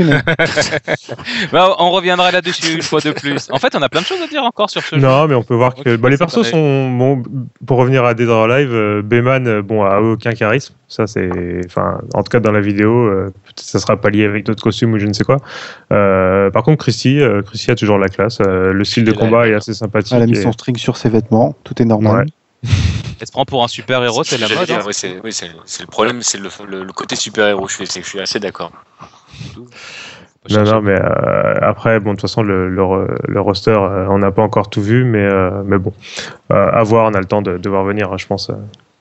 Bah, on reviendra là-dessus une fois de plus. En fait, on a plein de choses à dire encore sur ce jeu.
Non, mais on peut voir que les persos sont bon. Pour revenir à Dead or Alive, Bayman a aucun charisme. Ça, c'est, en tout cas dans la vidéo, peut-être ça sera pas lié avec d'autres costumes ou je ne sais quoi. Par contre, Chrissy a toujours la classe. Le style de combat est assez sympathique.
Elle a mis son string sur ses vêtements, tout est normal.
Ouais.
Elle se prend pour un super héros, c'est la mode. Hein.
Oui, c'est le problème, c'est le côté super héros. Je suis assez d'accord.
Non, mais après, bon, de toute façon, le roster, on n'a pas encore tout vu, mais bon, à voir, on a le temps de voir venir, je pense.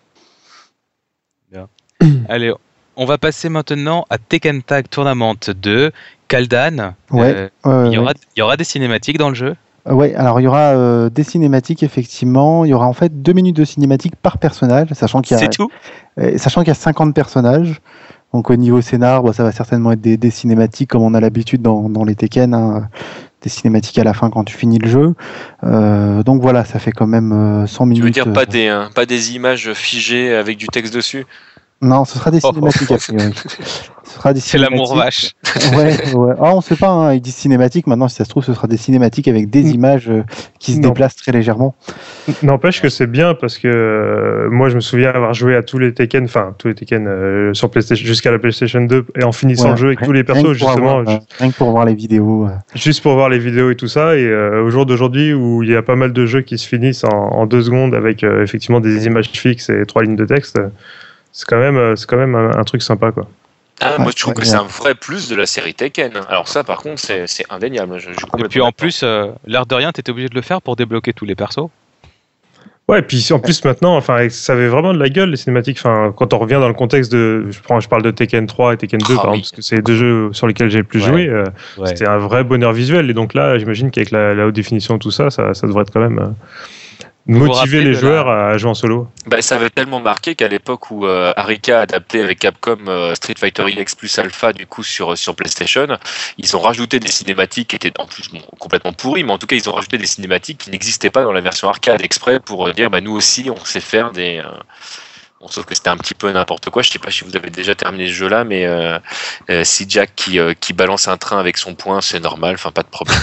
Bien. Allez, on va passer maintenant à Tekken Tag Tournament 2, Kaldan.
Il
y aura des cinématiques dans le jeu.
Oui, alors il y aura des cinématiques, effectivement. Il y aura en fait 2 minutes de cinématiques par personnage, sachant qu'il y a 50 personnages. Donc au niveau scénar, ça va certainement être des cinématiques comme on a l'habitude dans les Tekken, hein, des cinématiques à la fin quand tu finis le jeu. Donc voilà, ça fait quand même 100 minutes.
Tu veux dire pas des images figées avec du texte dessus ?
Non, ce sera des cinématiques a priori.
C'est l'amour vache.
Ouais. Ah, on sait pas, hein, ils disent cinématique. Maintenant, si ça se trouve, ce sera des cinématiques avec des images qui se déplacent très légèrement.
N'empêche que c'est bien parce que moi, je me souviens avoir joué à tous les Tekken sur PlayStation, jusqu'à la PlayStation 2 et en finissant le jeu avec tous les persos, justement.
Rien que pour voir les vidéos.
Juste pour voir les vidéos et tout ça. Et au jour d'aujourd'hui, où il y a pas mal de jeux qui se finissent en 2 secondes avec effectivement des images fixes et 3 lignes de texte, c'est quand même un truc sympa, quoi.
Moi, je trouve que c'est un vrai plus de la série Tekken. Alors ça, par contre, c'est indéniable.
Et puis en plus, l'air de rien, t'étais obligé de le faire pour débloquer tous les persos.
Ouais, et puis en plus maintenant, ça avait vraiment de la gueule les cinématiques. Quand on revient dans le contexte je parle de Tekken 3 et Tekken 2, par exemple, parce que c'est les 2 jeux sur lesquels j'ai le plus joué. C'était un vrai bonheur visuel. Et donc là, j'imagine qu'avec la haute définition, tout ça devrait être quand même motiver les joueurs à jouer en solo.
Ça avait tellement marqué qu'à l'époque où Arika a adapté avec Capcom Street Fighter EX plus Alpha du coup sur PlayStation, ils ont rajouté des cinématiques qui étaient en plus complètement pourries, mais en tout cas ils ont rajouté des cinématiques qui n'existaient pas dans la version arcade exprès pour dire nous aussi on sait faire des... sauf que c'était un petit peu n'importe quoi. Je sais pas si vous avez déjà terminé ce jeu-là, mais si Jack qui balance un train avec son poing, c'est normal, pas de problème.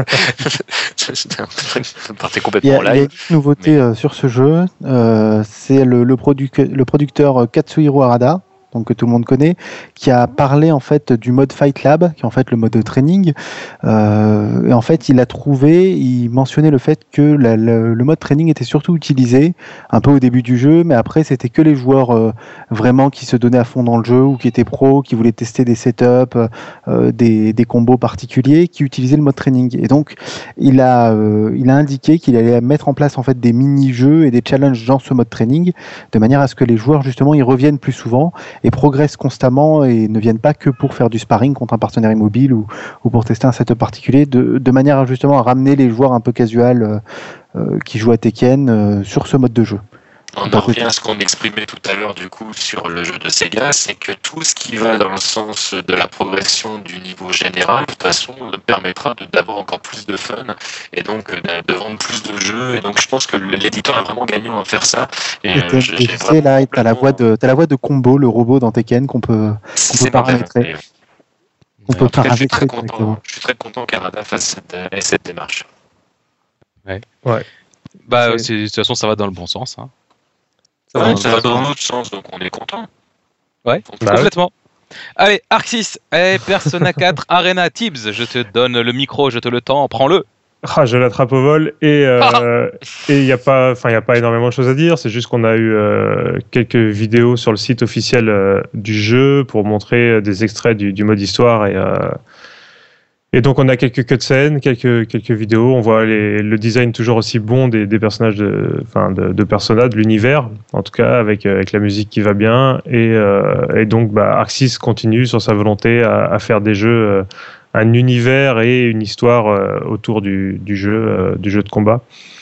Partait complètement live.
Il y a une nouveauté sur ce jeu, c'est le producteur Katsuhiro Harada, donc que tout le monde connaît, qui a parlé en fait du mode Fight Lab, qui est en fait le mode de training. Et en fait, il mentionnait le fait que le mode training était surtout utilisé un peu au début du jeu, mais après c'était que les joueurs vraiment qui se donnaient à fond dans le jeu ou qui étaient pros, qui voulaient tester des setups, des combos particuliers, qui utilisaient le mode training. Et donc il a indiqué qu'il allait mettre en place en fait des mini-jeux et des challenges dans ce mode training, de manière à ce que les joueurs justement y reviennent plus souvent et progressent constamment et ne viennent pas que pour faire du sparring contre un partenaire immobile ou pour tester un setup particulier, de manière à justement à ramener les joueurs un peu casual qui jouent à Tekken sur ce mode de jeu.
On en revient à ce qu'on exprimait tout à l'heure du coup sur le jeu de Sega, c'est que tout ce qui va dans le sens de la progression du niveau général, de toute façon, permettra d'avoir encore plus de fun et donc de vendre plus de jeux. Et donc je pense que l'éditeur a vraiment gagné à faire ça. Et
tu sais, là, t'as la voix de Combo, le robot dans Tekken qu'on peut paramétrer.
Je suis très content qu'Arada fasse cette démarche.
Ouais. De toute façon, ça va dans le bon sens. Hein.
Ouais, ça va dans l'autre sens, donc on est content.
Ouais, complètement. Allez, Arc 6, Persona 4, Arena Tibbs, je te donne le micro, je te le tends, prends-le.
Ah, je l'attrape au vol et il n'y a pas énormément de choses à dire. C'est juste qu'on a eu quelques vidéos sur le site officiel du jeu pour montrer des extraits du mode histoire et donc on a quelques cutscenes, quelques vidéos. On voit le design toujours aussi bon des personnages de Persona, de l'univers, en tout cas avec la musique qui va bien et donc Arc 6 continue sur sa volonté à faire des jeux. Un univers et une histoire autour du jeu de combat.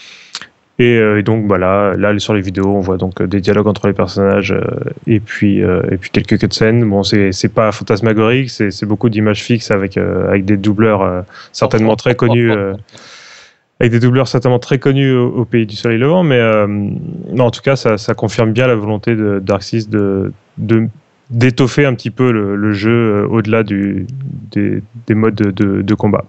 Et donc là sur les vidéos, on voit donc des dialogues entre les personnages et puis quelques cutscenes. Bon, c'est pas fantasmagorique, c'est beaucoup d'images fixes avec des doubleurs certainement très connus. Avec des doubleurs certainement très connus au pays du soleil levant, mais en tout cas, ça confirme bien la volonté d'Arc 6 d'étoffer un petit peu le jeu au-delà des modes de combat.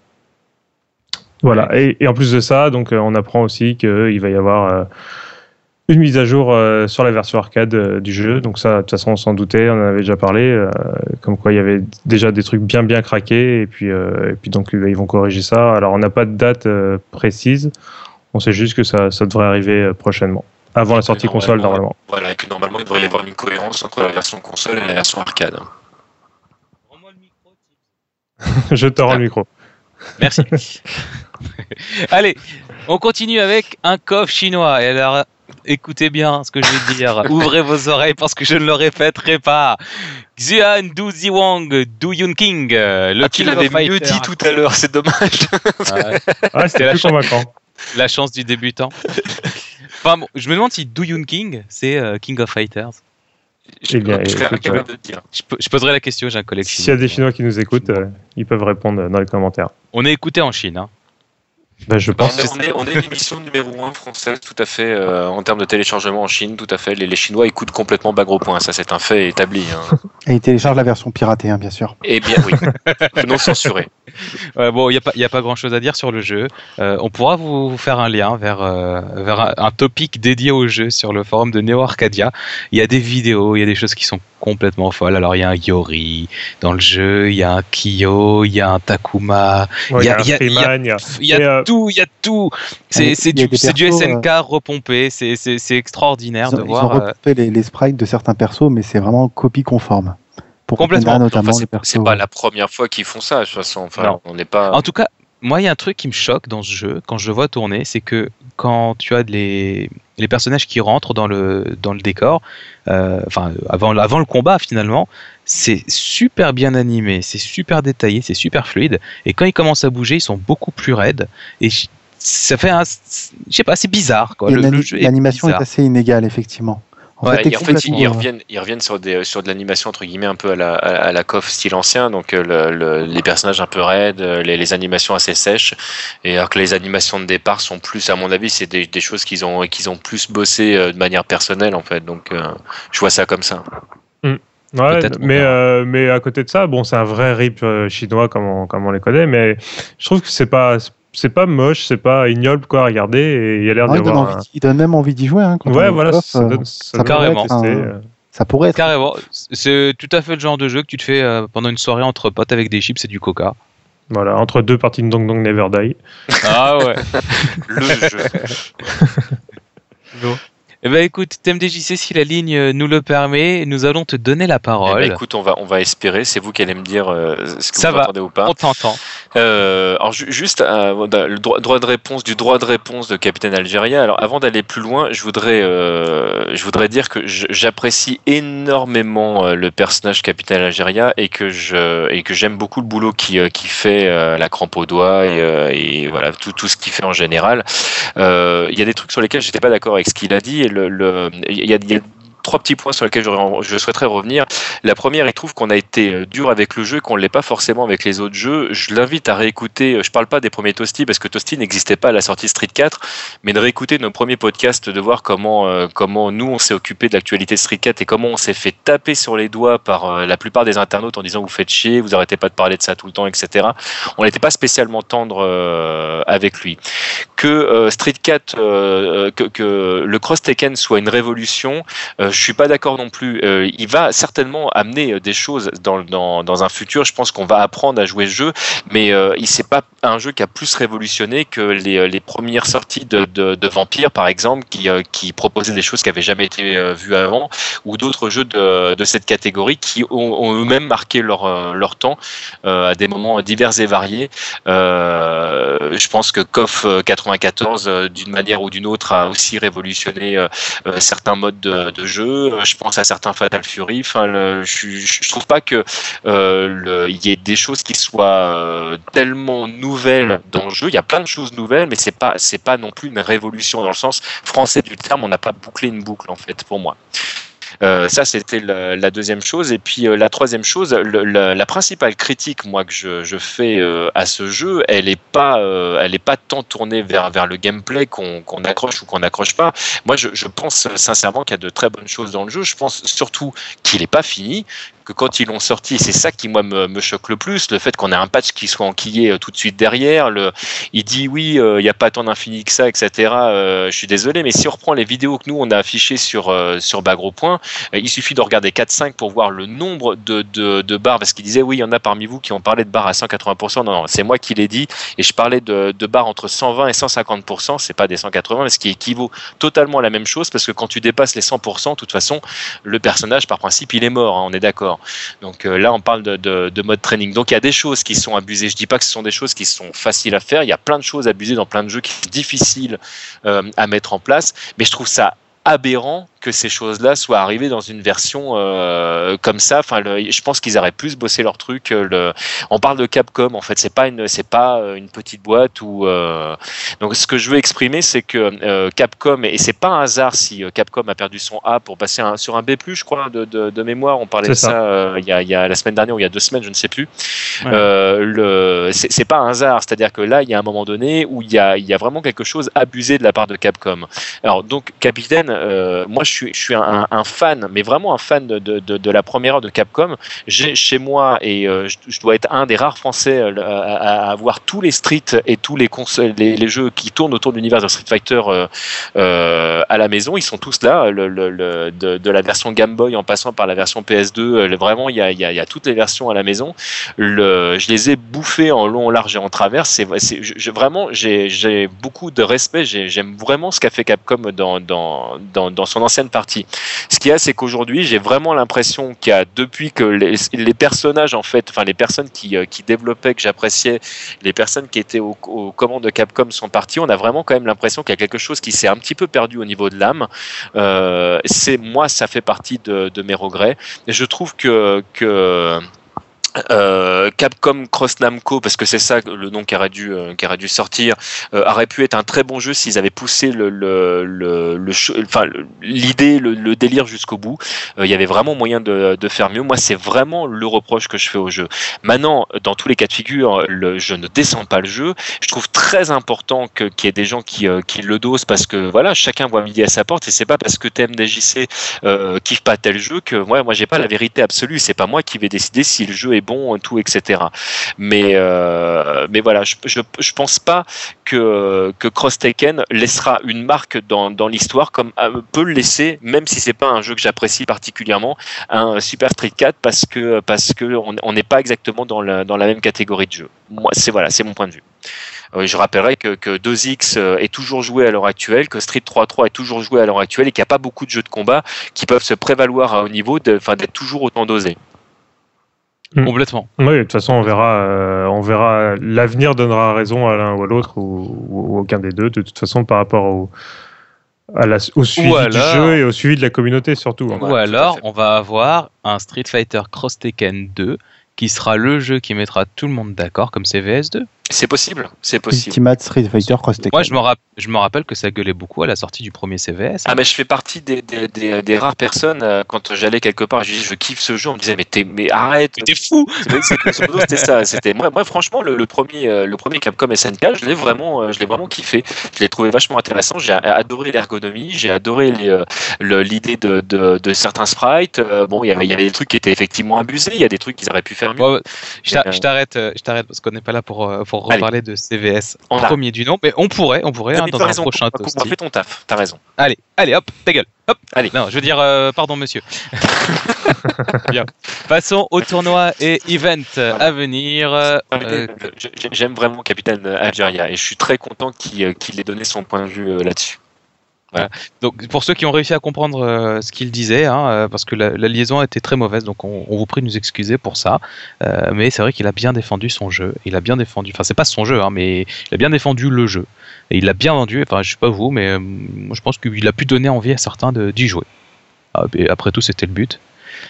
Voilà. Et en plus de ça, donc on apprend aussi qu'il va y avoir une mise à jour sur la version arcade du jeu. Donc ça, de toute façon, on s'en doutait, on en avait déjà parlé, comme quoi il y avait déjà des trucs bien craqués, et puis donc ils vont corriger ça. Alors on n'a pas de date précise, on sait juste que ça devrait arriver prochainement. Avant la sortie console, normalement.
Voilà, et que normalement, il devrait y avoir une cohérence entre la version console et la version arcade.
Rends-moi le micro,
Je te rends le micro.
Merci. Allez, on continue avec un coffre chinois. Et alors, écoutez bien ce que je vais dire. Ouvrez vos oreilles parce que je ne le répéterai pas. Xuan Du Ziwang Du Yun King.
Tu l'avais mieux dit tout à l'heure, c'est dommage.
C'était plus convaincant.
La chance du débutant. Enfin, bon, je me demande si Du Yun King, c'est King of Fighters.
Je
poserai la question, j'ai un collègue.
S'il y a des Chinois qui nous écoutent, ils peuvent répondre dans les commentaires.
On est écouté en Chine. Hein.
Je pense
on est l'émission numéro 1 française, tout à fait, en termes de téléchargement en Chine, tout à fait. Les Chinois écoutent complètement Bagro Point, ça c'est un fait établi. Hein.
Et ils téléchargent la version piratée, hein, bien sûr.
Eh bien oui, non censuré.
Bon, il n'y a pas grand chose à dire sur le jeu. On pourra vous faire un lien vers un topic dédié au jeu sur le forum de Neo Arcadia. Il y a des vidéos, il y a des choses qui sont complètement folles. Alors il y a un Yori dans le jeu, il y a un Kyo, il y a un Takuma,
il y a un Freeman,
il y a tout. C'est du SNK repompé, c'est extraordinaire de voir.
Ils ont repompé les sprites de certains persos, mais c'est vraiment copie conforme.
Pour complètement.
Notamment
c'est pas la première fois qu'ils font ça, de toute façon. Enfin, on n'est pas.
En tout cas, moi, il y a un truc qui me choque dans ce jeu, quand je le vois tourner, c'est que quand tu as les personnages qui rentrent dans le décor, avant le combat finalement, c'est super bien animé, c'est super détaillé, c'est super fluide, et quand ils commencent à bouger, ils sont beaucoup plus raides, et ça fait je sais pas, c'est bizarre quoi.
L'animation est assez inégale effectivement.
En fait, ils reviennent sur de l'animation entre guillemets un peu à la KOF style ancien, donc les personnages un peu raides, les animations assez sèches, et alors que les animations de départ sont plus, à mon avis, c'est des choses qu'ils ont plus bossé de manière personnelle en fait, donc je vois ça comme ça.
Ouais, mais à côté de ça, bon, c'est un vrai rip chinois comme on les connaît, mais je trouve que c'est pas moche, c'est pas ignoble quoi à regarder, et il y a l'air d'avoir.
Il donne même envie d'y jouer. Hein,
ouais, voilà, ça
carrément.
Ça pourrait être.
Carrément. C'est tout à fait le genre de jeu que tu te fais pendant une soirée entre potes avec des chips et du coca.
Voilà, entre deux parties de Dong Dong Never Die.
Ah ouais.
Le jeu.
Bon. Eh ben écoute, TMDJC, si la ligne nous le permet, nous allons te donner la parole.
Eh ben, écoute, on va espérer, c'est vous qui allez me dire ce que vous entendez ou pas.
On t'entend.
Alors juste le droit de réponse de Capitaine Algéria. Alors avant d'aller plus loin, je voudrais dire que j'apprécie énormément le personnage Capitaine Algéria et que j'aime beaucoup le boulot qui fait, la crampe au doigt et voilà tout ce qu'il fait en général. Il y a des trucs sur lesquels j'étais pas d'accord avec ce qu'il a dit. Il y a 3 petits points sur lesquels je souhaiterais revenir. La première, il trouve qu'on a été dur avec le jeu, qu'on ne l'est pas forcément avec les autres jeux. Je l'invite à réécouter, je parle pas des premiers Toasty, parce que Toasty n'existait pas à la sortie Street 4, mais de réécouter nos premiers podcasts, de voir comment nous on s'est occupé de l'actualité Street 4 et comment on s'est fait taper sur les doigts par la plupart des internautes en disant vous faites chier, vous arrêtez pas de parler de ça tout le temps, etc. On n'était pas spécialement tendre avec lui. que Street 4, que le Cross Tekken soit une révolution, je suis pas d'accord non plus. Il va certainement amener des choses dans un futur. Je pense qu'on va apprendre à jouer ce jeu, mais c'est pas un jeu qui a plus révolutionné que les premières sorties de Vampire, par exemple, qui proposaient des choses qui avaient jamais été vues avant, ou d'autres jeux de cette catégorie qui ont eux-mêmes marqué leur temps à des moments divers et variés. Je pense que KOF 94, d'une manière ou d'une autre, a aussi révolutionné certains modes de jeu. Je pense à certains Fatal Fury. Enfin, je trouve pas que il y ait des choses qui soient tellement nouvelles dans le jeu. Il y a plein de choses nouvelles, mais c'est pas non plus une révolution dans le sens français du terme. On n'a pas bouclé une boucle, en fait, pour moi. Ça, c'était la deuxième chose. Et puis la troisième chose, la principale critique, moi, que je fais à ce jeu, elle est pas tant tournée vers le gameplay qu'on accroche ou qu'on n'accroche pas. Moi, je pense sincèrement qu'il y a de très bonnes choses dans le jeu. Je pense surtout qu'il n'est pas fini, que quand ils l'ont sorti, c'est ça qui moi me choque le plus, le fait qu'on ait un patch qui soit enquillé tout de suite derrière. Il dit oui, il n'y a pas tant d'infini que ça, etc. Je suis désolé, mais si on reprend les vidéos que nous on a affichées sur Bas Gros Point, il suffit de regarder 4-5 pour voir le nombre de barres, parce qu'il disait oui, il y en a parmi vous qui ont parlé de barres à 180%. Non, c'est moi qui l'ai dit, et je parlais de barres entre 120 et 150%, c'est pas des 180, mais ce qui équivaut totalement à la même chose, parce que quand tu dépasses les 100%, de toute façon, le personnage par principe il est mort, hein, on est d'accord. Donc là, on parle de mode training. Donc il y a des choses qui sont abusées. Je dis pas que ce sont des choses qui sont faciles à faire. Il y a plein de choses abusées dans plein de jeux qui sont difficiles à mettre en place. Mais je trouve ça aberrant que ces choses-là soient arrivées dans une version comme ça. Enfin, je pense qu'ils auraient plus bossé leur truc. On parle de Capcom, en fait, c'est pas une petite boîte où. Donc, ce que je veux exprimer, c'est que Capcom, et c'est pas un hasard si Capcom a perdu son A pour passer sur un B+, je crois, de mémoire. On parlait de ça il y a la semaine dernière ou il y a 2 semaines, je ne sais plus. Ouais. C'est pas un hasard, c'est-à-dire que là, il y a un moment donné où il y a vraiment quelque chose abusé de la part de Capcom. Alors, donc, Capitaine, moi, je suis un fan, mais vraiment un fan de la première heure de Capcom. J'ai chez moi, et je dois être un des rares Français à avoir tous les Street et tous les jeux qui tournent autour de l'univers de Street Fighter à la maison. Ils sont tous là, de la version Game Boy en passant par la version PS2. Vraiment, il y a toutes les versions à la maison. Je les ai bouffés en long, en large et en travers. Vraiment, j'ai beaucoup de respect. J'aime vraiment ce qu'a fait Capcom dans son ancienne partie. Ce qu'il y a, c'est qu'aujourd'hui, j'ai vraiment l'impression qu'il y a, depuis que les personnages, en fait, enfin les personnes qui développaient, que j'appréciais, les personnes qui étaient aux commandes de Capcom sont parties, on a vraiment quand même l'impression qu'il y a quelque chose qui s'est un petit peu perdu au niveau de l'âme. Moi, ça fait partie de mes regrets. Et je trouve que Capcom Cross Namco, parce que c'est ça le nom qui aurait dû sortir, aurait pu être un très bon jeu s'ils avaient poussé l'idée, le délire jusqu'au bout. Il y avait vraiment moyen de faire mieux. Moi, c'est vraiment le reproche que je fais au jeu. Maintenant, dans tous les cas de figure, je ne descends pas le jeu. Je trouve très important qu'il y ait des gens qui le dosent, parce que voilà, chacun voit midi à sa porte, et c'est pas parce que TMDJC kiffe pas tel jeu que moi j'ai pas la vérité absolue. C'est pas moi qui vais décider si le jeu est bon, tout, etc. Mais voilà, je pense pas que Cross Tekken laissera une marque dans l'histoire comme peut le laisser, même si c'est pas un jeu que j'apprécie particulièrement, un Super Street 4, parce que on n'est pas exactement dans la même catégorie de jeu. Moi, c'est mon point de vue. Je rappellerai que 2X est toujours joué à l'heure actuelle, que Street 3.3 est toujours joué à l'heure actuelle, et qu'il n'y a pas beaucoup de jeux de combat qui peuvent se prévaloir à haut niveau d'être toujours autant dosés.
Complètement.
Oui, de toute façon, on verra. L'avenir donnera raison à l'un ou à l'autre, ou aucun des deux, de toute façon, par rapport au suivi du jeu et au suivi de la communauté, surtout.
Ou alors, on va avoir un Street Fighter Cross Tekken 2 qui sera le jeu qui mettra tout le monde d'accord, comme CVS2.
C'est possible.
Ultimate Street Fighter Cross Tekken.
Moi, je me rappelle que ça gueulait beaucoup à la sortie du premier CVS.
Ah, mais je fais partie des rares personnes, quand j'allais quelque part, je disais, je kiffe ce jeu, on me disait, mais arrête,
mais t'es fou.
C'était ça. Moi, franchement, le premier Capcom SNK, je l'ai vraiment kiffé. Je l'ai trouvé vachement intéressant. J'ai adoré l'ergonomie, j'ai adoré l'idée de certains sprites. Bon, il y avait des trucs qui étaient effectivement abusés, il y a des trucs qu'ils auraient pu faire mieux.
Je t'arrête parce qu'on n'est pas là pour pour reparler de CVS en premier du nom, mais on pourrait dans un prochain toast.
On fait ton taf, t'as raison.
Allez, hop, ta gueule, hop.
Allez.
Non, je veux dire, pardon monsieur. Bien. Passons au tournoi et event à venir.
J'aime vraiment Capitaine Algeria et je suis très content qu'il ait donné son point de vue là-dessus.
Voilà. Donc pour ceux qui ont réussi à comprendre ce qu'il disait, parce que la liaison était très mauvaise, donc on vous prie de nous excuser pour ça. Mais c'est vrai qu'il a bien défendu son jeu. Il a bien défendu. Enfin, c'est pas son jeu, mais il a bien défendu le jeu. Et il l'a bien vendu. Enfin, je sais pas vous, mais moi, je pense qu'il a pu donner envie à certains d'y jouer. Et après tout, c'était le but.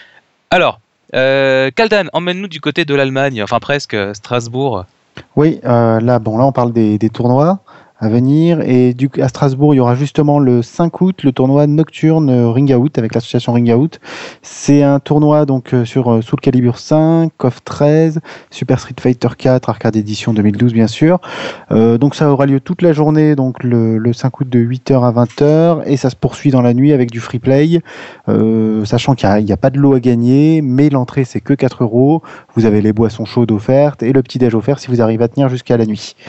Alors, Kaldan, emmène-nous du côté de l'Allemagne, enfin presque Strasbourg.
Oui, là, on parle des tournois à venir, et à Strasbourg il y aura justement le 5 août le tournoi nocturne Ring Out avec l'association Ring Out. C'est un tournoi donc sur Soul Calibur 5, KOF 13, Super Street Fighter 4 Arcade Edition 2012 bien sûr. Donc ça aura lieu toute la journée, donc le 5 août de 8h à 20h, et ça se poursuit dans la nuit avec du free play, sachant qu'il n'y a pas de lot à gagner, mais l'entrée c'est que 4 €. Vous avez les boissons chaudes offertes et le petit déj offert si vous arrivez à tenir jusqu'à la nuit.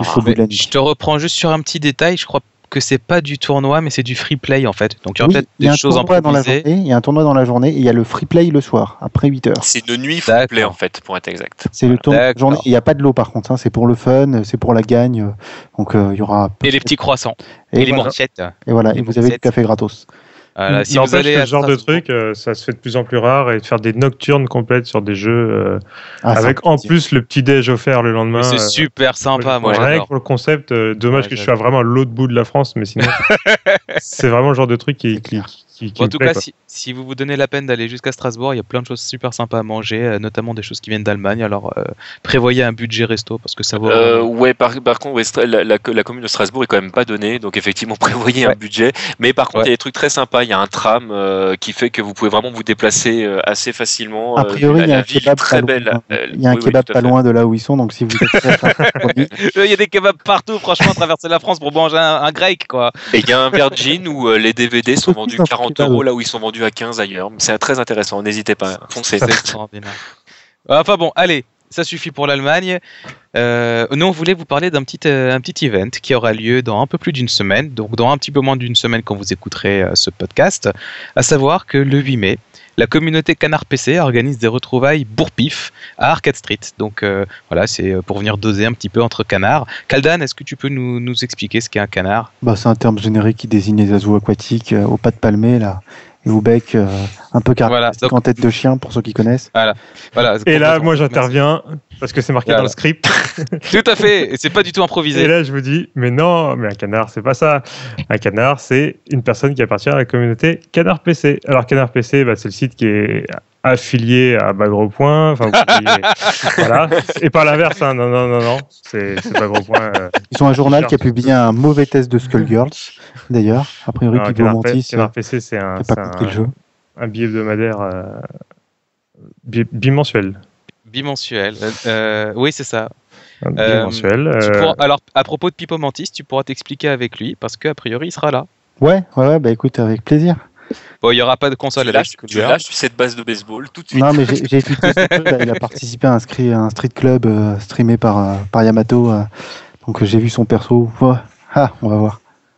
Je te reprends juste sur un petit détail, je crois que c'est pas du tournoi, mais c'est du free play en fait. Donc il y aura peut-être des choses improvisées.
Il y a un tournoi dans la journée et il y a le free play le soir, après 8h.
C'est une nuit free play en fait, pour être exact.
C'est le tournoi de journée. Il n'y a pas de lot par contre, c'est pour le fun, c'est pour la gagne. Donc il y aura.
Et les petits croissants. Et les morcettes.
Et voilà, et vous avez du café gratos.
Si vous allez ce genre de truc, ça se fait de plus en plus rare, et de faire des nocturnes complètes sur des jeux avec en plus le petit déj offert le lendemain.
C'est super sympa, moi
rien que pour le concept. Dommage que je sois vraiment à l'autre bout de la France, mais sinon c'est vraiment le genre de truc qui
en tout cas, si vous vous donnez la peine d'aller jusqu'à Strasbourg, il y a plein de choses super sympas à manger, notamment des choses qui viennent d'Allemagne. Alors prévoyez un budget resto parce que ça vaut.
Ouais, par contre, la commune de Strasbourg est quand même pas donnée, donc effectivement prévoyez un budget. Mais par contre, il y a des trucs très sympas. Il y a un tram qui fait que vous pouvez vraiment vous déplacer assez facilement.
A priori, il y a un kebab très belle. Il y a un kebab pas loin de là où ils sont, donc si vous êtes
il y a des kebabs partout, franchement, traverser la France pour manger un grec, quoi.
Et il y a un Virgin où les DVD sont vendus 40 € là où ils sont vendus à 15 ailleurs. C'est très intéressant, n'hésitez pas, foncez.
C'est extraordinaire. Enfin bon, allez, ça suffit pour l'Allemagne. Nous, on voulait vous parler un petit event qui aura lieu dans un peu plus d'une semaine, donc dans un petit peu moins d'une semaine quand vous écouterez ce podcast, à savoir que le 8 mai, la communauté Canard PC organise des retrouvailles bourre-pif à Arcade Street. Donc voilà, c'est pour venir doser un petit peu entre canards. Kaldan, est-ce que tu peux nous expliquer ce qu'est un canard ?
C'est un terme générique qui désigne les oiseaux aquatiques aux pattes palmées, là, et au bec un peu caractéristique, en tête de chien, pour ceux qui connaissent.
Voilà.
Et là, moi, j'interviens, parce que c'est marqué dans le script.
Tout à fait, et c'est pas du tout improvisé.
Et là, je vous dis, mais non, mais un canard, c'est pas ça. Un canard, c'est une personne qui appartient à la communauté Canard PC. Alors, Canard PC, c'est le site qui est affilié à Bagro.point. Enfin, voilà. Et pas l'inverse, hein. Non. C'est Bagro.point.
Ils sont un journal qui a publié un mauvais test de Skullgirls, d'ailleurs. A priori, Pipo Mantis.
Canard PC, c'est un billet hebdomadaire bimensuel.
Bimensuel. Oui, c'est ça.
Bimensuel.
Alors, à propos de Pipo Mantis, tu pourras t'expliquer avec lui, parce qu'a priori, il sera là.
Ouais, écoute, avec plaisir.
Bon, il n'y aura pas de console à
tu lâches cette base de baseball tout de suite.
Non, mais j'ai écouté il a participé à un street club streamé par Yamato. Donc j'ai vu son perso. On va voir.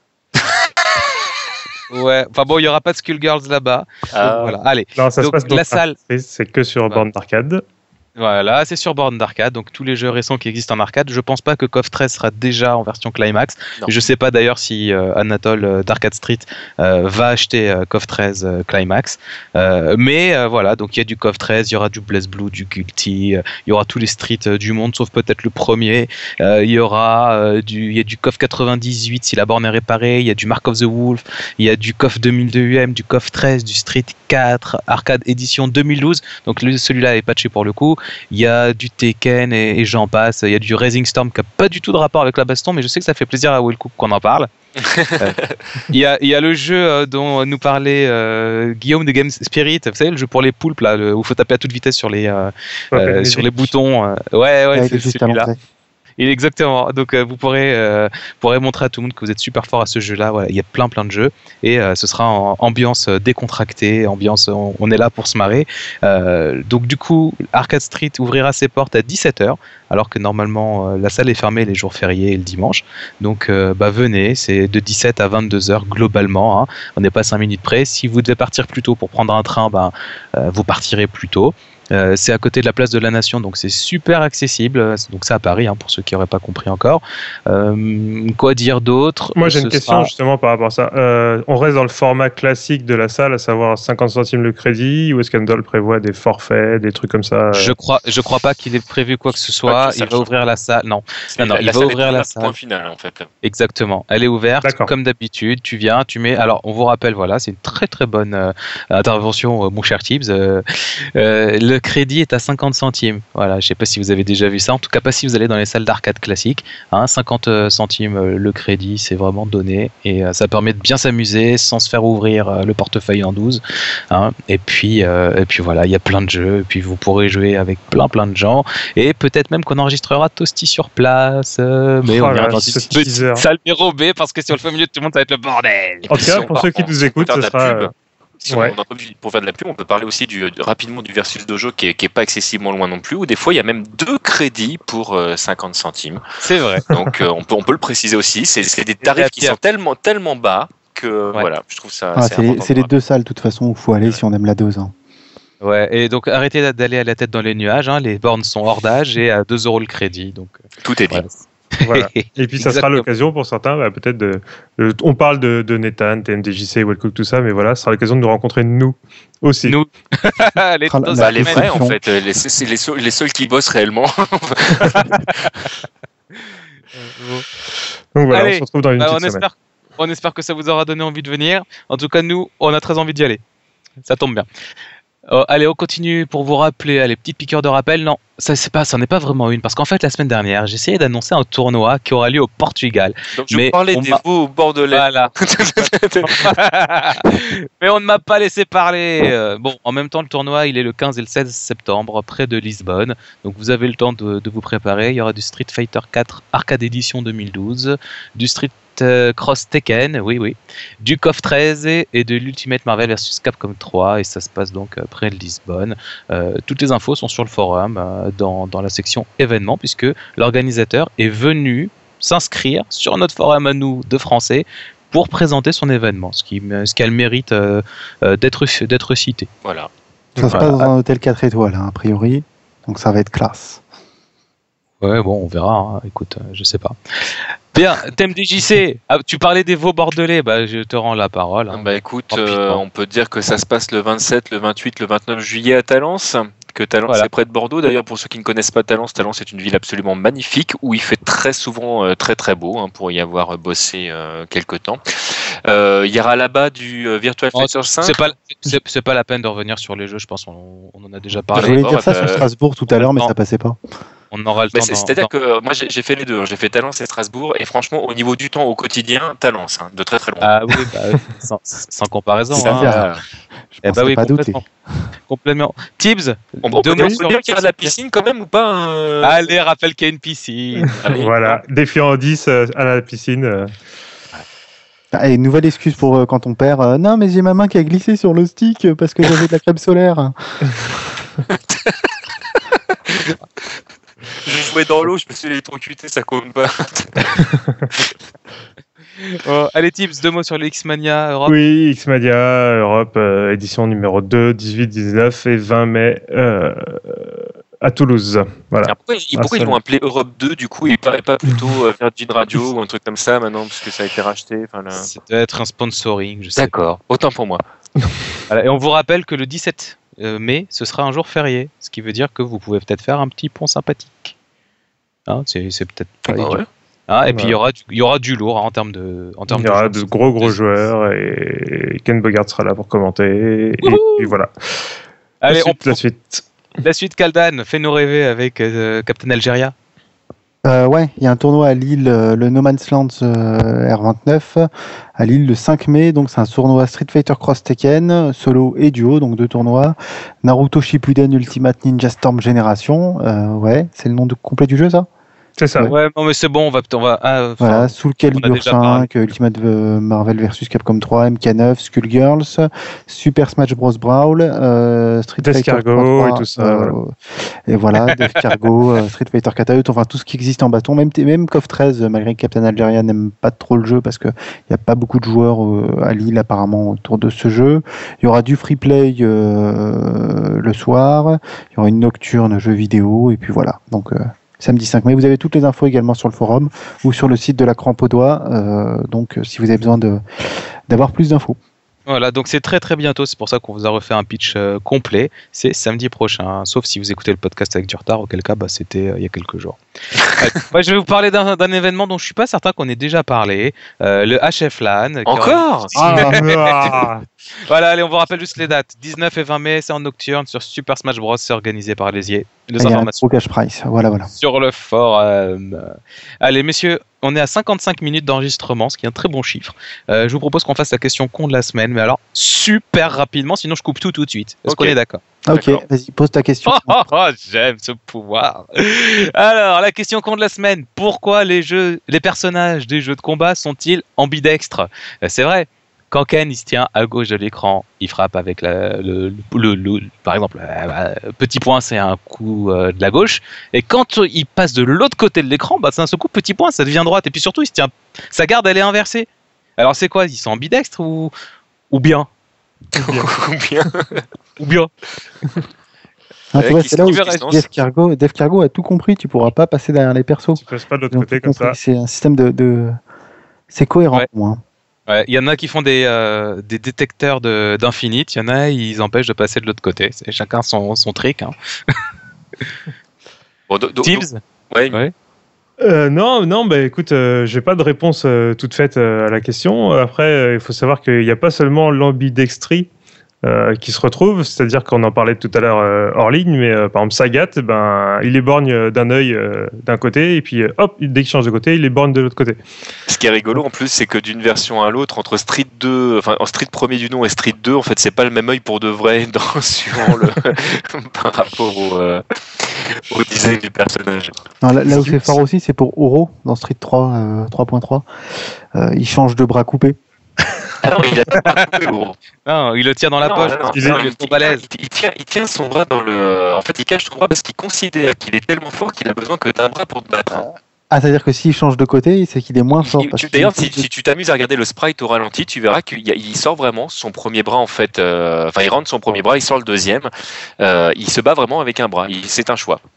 Ouais, enfin bon, il n'y aura pas de Skullgirls là-bas. Voilà, allez.
Non, ça
donc,
se passe
la salle.
C'est que sur borne d'arcade.
Voilà, c'est sur borne d'arcade, donc tous les jeux récents qui existent en arcade. Je pense pas que KOF 13 sera déjà en version Climax. Non. Je sais pas d'ailleurs si Anatole d'Arcade Street va acheter KOF 13 Climax. Mais voilà, donc il y a du KOF 13, il y aura du BlazBlue, du Guilty, il y aura tous les streets du monde, sauf peut-être le premier. Il y aura il y a du KOF 98 si la borne est réparée, il y a du Mark of the Wolf, il y a du KOF 2002 UM, du KOF 13, du Street 4, Arcade Edition 2012. Donc celui-là est patché pour le coup. Il y a du Tekken et j'en passe. Il y a du Rising Storm qui n'a pas du tout de rapport avec la baston, mais je sais que ça fait plaisir à Will Cook qu'on en parle. Il y a le jeu dont nous parlait Guillaume de Game Spirit, vous savez, le jeu pour les poulpes là, où il faut taper à toute vitesse sur les boutons. Ouais, c'est celui-là. Exactement. Donc vous pourrez montrer à tout le monde que vous êtes super fort à ce jeu-là. Voilà, il y a plein de jeux et ce sera en ambiance décontractée, ambiance on est là pour se marrer. Donc du coup, Arcade Street ouvrira ses portes à 17h alors que normalement la salle est fermée les jours fériés et le dimanche. Donc venez, c'est de 17 à 22h globalement. Hein. On n'est pas 5 minutes près. Si vous devez partir plus tôt pour prendre un train, vous partirez plus tôt. C'est à côté de la place de la Nation, donc c'est super accessible. Donc c'est à Paris, hein, pour ceux qui n'auraient pas compris encore. Quoi dire d'autre?
Moi j'ai une question justement par rapport à ça. On reste dans le format classique de la salle, à savoir 50 centimes le crédit, ou est-ce qu'Andol prévoit des forfaits, des trucs comme ça?
Je crois pas qu'il ait prévu quoi que ce soit. Il va ouvrir la salle. Non, il va ouvrir la salle.
Point final en fait.
Exactement. Elle est ouverte comme d'habitude. Tu viens, tu mets. Alors on vous rappelle, voilà, c'est une très très bonne intervention, mon cher Tibbs. Le crédit est à 50 centimes. Voilà, je sais pas si vous avez déjà vu ça. En tout cas, pas si vous allez dans les salles d'arcade classiques. 50 centimes le crédit, c'est vraiment donné et ça permet de bien s'amuser sans se faire ouvrir le portefeuille en 12. Et puis voilà, il y a plein de jeux. Et puis vous pourrez jouer avec plein de gens. Et peut-être même qu'on enregistrera Toasty sur place. Mais on ira dans une petite salle dérobée parce que si on le fait au milieu de tout le monde, ça va être le bordel.
En tout cas, pour ceux qui nous écoutent, ce sera...
Pour faire de la pub, on peut parler aussi rapidement du Versus Dojo qui est pas excessivement loin non plus, où des fois il y a même 2 crédits pour 50 centimes.
C'est vrai.
Donc on peut le préciser aussi, c'est des tarifs qui sont tellement bas que voilà, je trouve ça.
C'est les 2 salles de toute façon où il faut aller si on aime la dose.
Ouais, et donc arrêtez d'aller à la tête dans les nuages, les bornes sont hors d'âge et à 2€ le crédit. Donc,
tout est dit.
Voilà. Et puis ça sera l'occasion pour certains, peut-être on parle de Nethan, TMDJC, Wellcook, tout ça, mais voilà, ça sera l'occasion de nous rencontrer nous aussi.
Nous,
les vrais en fait, c'est les seuls qui bossent réellement.
Donc voilà, on se retrouve dans une petite semaine.
On espère que ça vous aura donné envie de venir. En tout cas, nous, on a très envie d'y aller. Ça tombe bien. Allez, on continue pour vous rappeler, les petites piqûres de rappel. Non, ça n'est pas vraiment une, parce qu'en fait la semaine dernière j'ai essayé d'annoncer un tournoi qui aura lieu au Portugal.
Donc je parlais des veaux bordelais.
Voilà. Mais on ne m'a pas laissé parler. Bon, en même temps le tournoi il est le 15 et le 16 septembre près de Lisbonne. Donc vous avez le temps de vous préparer. Il y aura du Street Fighter 4 Arcade Edition 2012, du Street Cross Tekken, oui, du KOF 13 et de l'Ultimate Marvel vs Capcom 3, et ça se passe donc près de Lisbonne. Toutes les infos sont sur le forum dans la section événements, puisque l'organisateur est venu s'inscrire sur notre forum à nous de français pour présenter son événement, ce qui a le mérite d'être cité.
Voilà.
Ça se passe dans un hôtel 4 étoiles, a priori, donc ça va être classe.
Ouais, bon, on verra. Écoute, je sais pas. Bien, TMDJC, tu parlais des veaux bordelais, je te rends la parole.
Écoute, on peut dire que ça se passe le 27, le 28, le 29 juillet à Talence. Que Talence c'est près de Bordeaux. D'ailleurs, pour ceux qui ne connaissent pas Talence est une ville absolument magnifique où il fait très souvent très très beau, pour y avoir bossé quelque temps. Il y aura là-bas du Virtual Fighter 5.
C'est pas la peine de revenir sur les jeux, je pense on en a déjà parlé.
Je voulais dire ça sur Strasbourg tout à l'heure, mais ça passait pas.
On aura le temps.
C'est-à-dire que moi j'ai fait les deux, j'ai fait Talence et Strasbourg, et franchement au niveau du temps au quotidien, Talence, de très très loin.
Ah oui, sans comparaison.
Je pensais pas douter.
Complètement. Tibbs,
on peut dire qu'il y a de la piscine quand même ou pas
Allez, rappelle qu'il y a une piscine.
Voilà, défiant en 10 à la piscine.
Et une nouvelle excuse pour quand on perd. Non, mais j'ai ma main qui a glissé sur le stick parce que j'avais de la crème solaire.
Je jouais dans l'eau, je me suis électrocuté, ça compte pas.
Allez Tibbs, 2 mots sur le X-Mania Europe.
Oui, X-Mania Europe, édition numéro 2, 18, 19 et 20 mai à Toulouse. Voilà.
Alors pourquoi ils l'ont appelé Europe 2 du coup? Il paraît pas plutôt Virgin Radio ou un truc comme ça maintenant, parce que ça a été racheté.
Ça doit être un sponsoring, je sais.
D'accord, autant pour moi.
Et on vous rappelle que le 17 mai, ce sera un jour férié, ce qui veut dire que vous pouvez peut-être faire un petit pont sympathique. C'est peut-être pas idiot. Et puis il y aura du lourd en termes de.
Il y aura de gros joueurs et Ken Bogart sera là pour commenter. Et voilà.
Allez,
la suite.
La suite, Kaldan, fais-nous rêver avec Captain Algeria.
Ouais, il y a un tournoi à Lille, le No Man's Land R29, à Lille le 5 mai. Donc c'est un tournoi Street Fighter Cross Tekken, solo et duo, donc 2 tournois. Naruto Shippuden Ultimate Ninja Storm Génération. Ouais, c'est le nom complet du jeu, ça?
C'est ça.
Ouais, non, mais c'est bon, on va.
Voilà, Soul Calibur 5, Ultimate Marvel vs Capcom 3, MK9, Skullgirls, Super Smash Bros. Brawl, Street
Death
Fighter
Cargo
3,
et tout ça.
Et voilà, Death Cargo, Street Fighter 4, enfin tout ce qui existe en bâton. Même KOF 13, malgré que Captain Algeria n'aime pas trop le jeu parce qu'il n'y a pas beaucoup de joueurs à Lille apparemment autour de ce jeu. Il y aura du free play le soir, il y aura une nocturne jeu vidéo, et puis voilà. Donc. Samedi 5 mai, vous avez toutes les infos également sur le forum ou sur le site de la Crampe aux Doigts, donc si vous avez besoin d'avoir plus d'infos.
Voilà, donc c'est très très bientôt, c'est pour ça qu'on vous a refait un pitch complet, c'est samedi prochain, sauf si vous écoutez le podcast avec du retard, auquel cas c'était il y a quelques jours. Moi je vais vous parler d'un événement dont je suis pas certain qu'on ait déjà parlé, le HF LAN.
Encore
Voilà, allez, on vous rappelle juste les dates. 19 et 20 mai, c'est en nocturne sur Super Smash Bros, c'est organisé par Lésier.
Il y a un gros cash price, voilà.
Sur le forum. Allez messieurs, on est à 55 minutes d'enregistrement, ce qui est un très bon chiffre. Je vous propose qu'on fasse la question con de la semaine, mais alors super rapidement, sinon je coupe tout de suite. Est-ce qu'on est d'accord ?
Ok, vas-y, pose ta question.
J'aime ce pouvoir. Alors, la question con de la semaine. Pourquoi les personnages des jeux de combat sont-ils ambidextres ? C'est vrai. Quand Ken il se tient à gauche de l'écran, il frappe avec par exemple, petit point c'est un coup de la gauche, et quand il passe de l'autre côté de l'écran, c'est un seul coup petit point, ça devient droite, et puis surtout il se tient, sa garde elle est inversée. Alors c'est quoi, ils sont ambidextres ou bien ou bien.
Ah, tu vois, c'est là où Def Cargo a tout compris, tu pourras pas passer derrière les persos.
Tu passes pas de l'autre côté comme ça.
C'est un système c'est cohérent pour moi.
Ouais, il y en a qui font des détecteurs d'infinite, il y en a ils empêchent de passer de l'autre côté. C'est chacun son trick. Hein. Tibbs ?
Ouais.
Non, écoute, j'ai pas de réponse toute faite à la question. Après, il faut savoir qu'il n'y a pas seulement l'ambidextrie qui se retrouve, c'est-à-dire qu'on en parlait tout à l'heure hors ligne, mais par exemple Sagat, il est borgne d'un œil d'un côté, et puis hop, dès qu'il change de côté, il est borgne de l'autre côté.
Ce qui est rigolo en plus, c'est que d'une version à l'autre, entre Street 2, enfin en Street premier du nom et Street 2, en fait, c'est pas le même œil pour de vrai suivant par rapport au design du personnage.
Non, là où c'est fort aussi, c'est pour Oro dans Street 3 3.3. Il change de bras coupé.
Ah non, il a pas coupé, Oro.
Non, il le tient dans la poche.
Il tient son bras dans le. En fait, il cache son bras parce qu'il considère qu'il est tellement fort qu'il a besoin que d'un bras pour te battre.
Ah, c'est-à-dire que s'il change de côté, c'est qu'il est moins fort.
D'ailleurs, si tu t'amuses à regarder le sprite au ralenti, tu verras qu'il sort vraiment son premier bras en fait. Enfin, il rentre son premier bras, il sort le deuxième. Il se bat vraiment avec un bras. C'est un choix.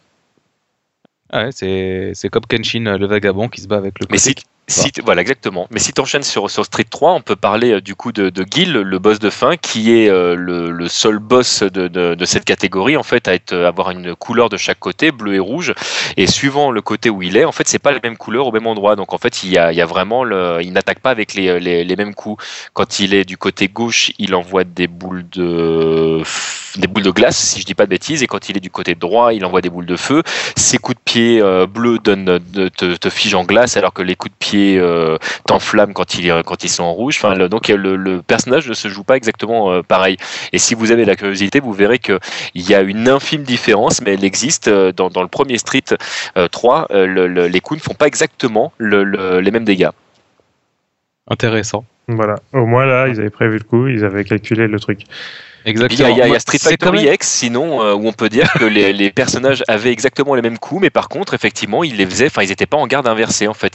Ah ouais, c'est comme Kenshin le vagabond qui se bat avec le côté.
Voilà, exactement. Mais si tu enchaînes sur Street 3, on peut parler du coup de Gil, le boss de fin, qui est le seul boss de cette catégorie, en fait, à avoir une couleur de chaque côté, bleu et rouge. Et suivant le côté où il est, en fait, c'est pas les mêmes couleurs au même endroit. Donc, en fait, il y a vraiment il n'attaque pas avec les mêmes coups. Quand il est du côté gauche, il envoie des boules de glace, si je dis pas de bêtises, et quand il est du côté droit, il envoie des boules de feu. Ses coups de pied bleus te figent en glace, alors que les coups de pied t'enflamment quand ils sont en rouge. Enfin, donc le personnage ne se joue pas exactement pareil. Et si vous avez la curiosité, vous verrez qu'il y a une infime différence, mais elle existe dans le premier Street 3. Les coups ne font pas exactement les mêmes dégâts.
Intéressant.
Voilà. Au moins là, ils avaient prévu le coup, ils avaient calculé le truc.
Exactement.
Il y a Street Fighter X, sinon, où on peut dire que les personnages avaient exactement les mêmes coups, mais par contre, effectivement, ils n'étaient pas en garde inversée. En fait,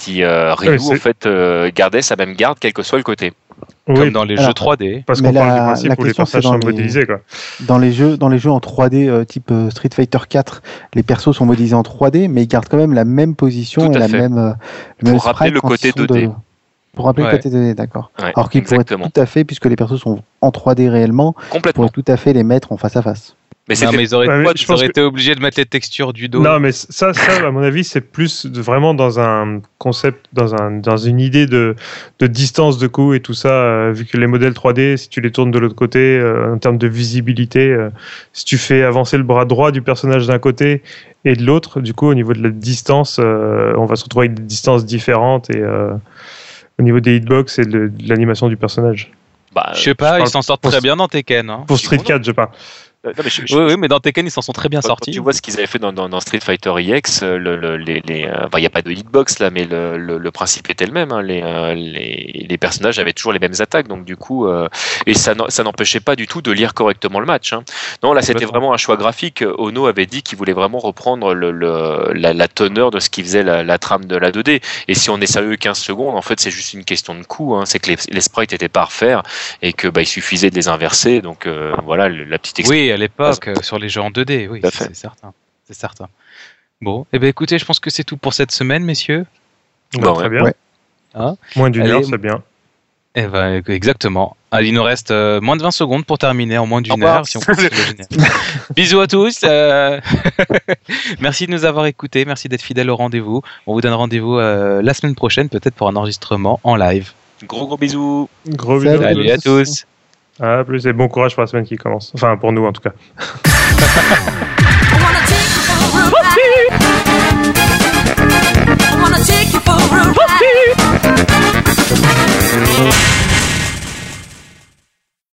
Ryu, gardait sa même garde, quel que soit le côté.
Comme dans les jeux 3D.
Parce qu'on parle du principe où les personnages sont modélisés, quoi.
Dans les jeux en 3D, type Street Fighter 4, les persos sont modélisés en 3D, mais ils gardent quand même la même position et le même
pour rappeler le côté 2D.
Pour rappeler le côté 2D, d'accord.
Ouais,
alors qu'ils pourraient tout à fait, puisque les persos sont en 3D réellement, ils pourraient tout à fait les mettre en face à face.
Mais ils auraient été obligés de mettre les textures du dos.
Non, mais ça, à mon avis, c'est plus vraiment dans un concept, dans une idée de distance de coup et tout ça, vu que les modèles 3D, si tu les tournes de l'autre côté, en termes de visibilité, si tu fais avancer le bras droit du personnage d'un côté et de l'autre, du coup, au niveau de la distance, on va se retrouver avec des distances différentes et au niveau des hitbox et de l'animation du personnage.
Je sais pas, ils s'en sortent très bien dans Tekken. Hein.
Pour Street 4, je parle.
Oui, mais dans Tekken, ils s'en sont très bien sortis.
Quand tu vois ce qu'ils avaient fait dans Street Fighter EX, il n'y a pas de hitbox là, mais le principe était le même. Hein. Les personnages avaient toujours les mêmes attaques, donc du coup, et ça n'empêchait pas du tout de lire correctement le match. Hein. Non, là, c'était vraiment un choix graphique. Ono avait dit qu'il voulait vraiment reprendre la teneur de ce qui faisait la trame de la 2D. Et si on est sérieux 15 secondes, en fait, c'est juste une question de coût. Hein. C'est que les sprites étaient pas à refaire et que il suffisait de les inverser. Donc voilà, la petite explication.
Oui, à l'époque, sur les jeux en 2D, oui, c'est certain. Bon, écoutez, je pense que c'est tout pour cette semaine, messieurs.
Très bien. Ouais.
Hein
moins d'une heure, c'est bien.
Exactement. Allez, il nous reste moins de 20 secondes pour terminer, en moins d'une heure. Si on peut Bisous à tous. Merci de nous avoir écoutés. Merci d'être fidèles au rendez-vous. On vous donne rendez-vous la semaine prochaine, peut-être pour un enregistrement en live.
Gros bisous.
Salut à tous.
À plus et bon courage pour la semaine qui commence. Enfin, pour nous en tout cas.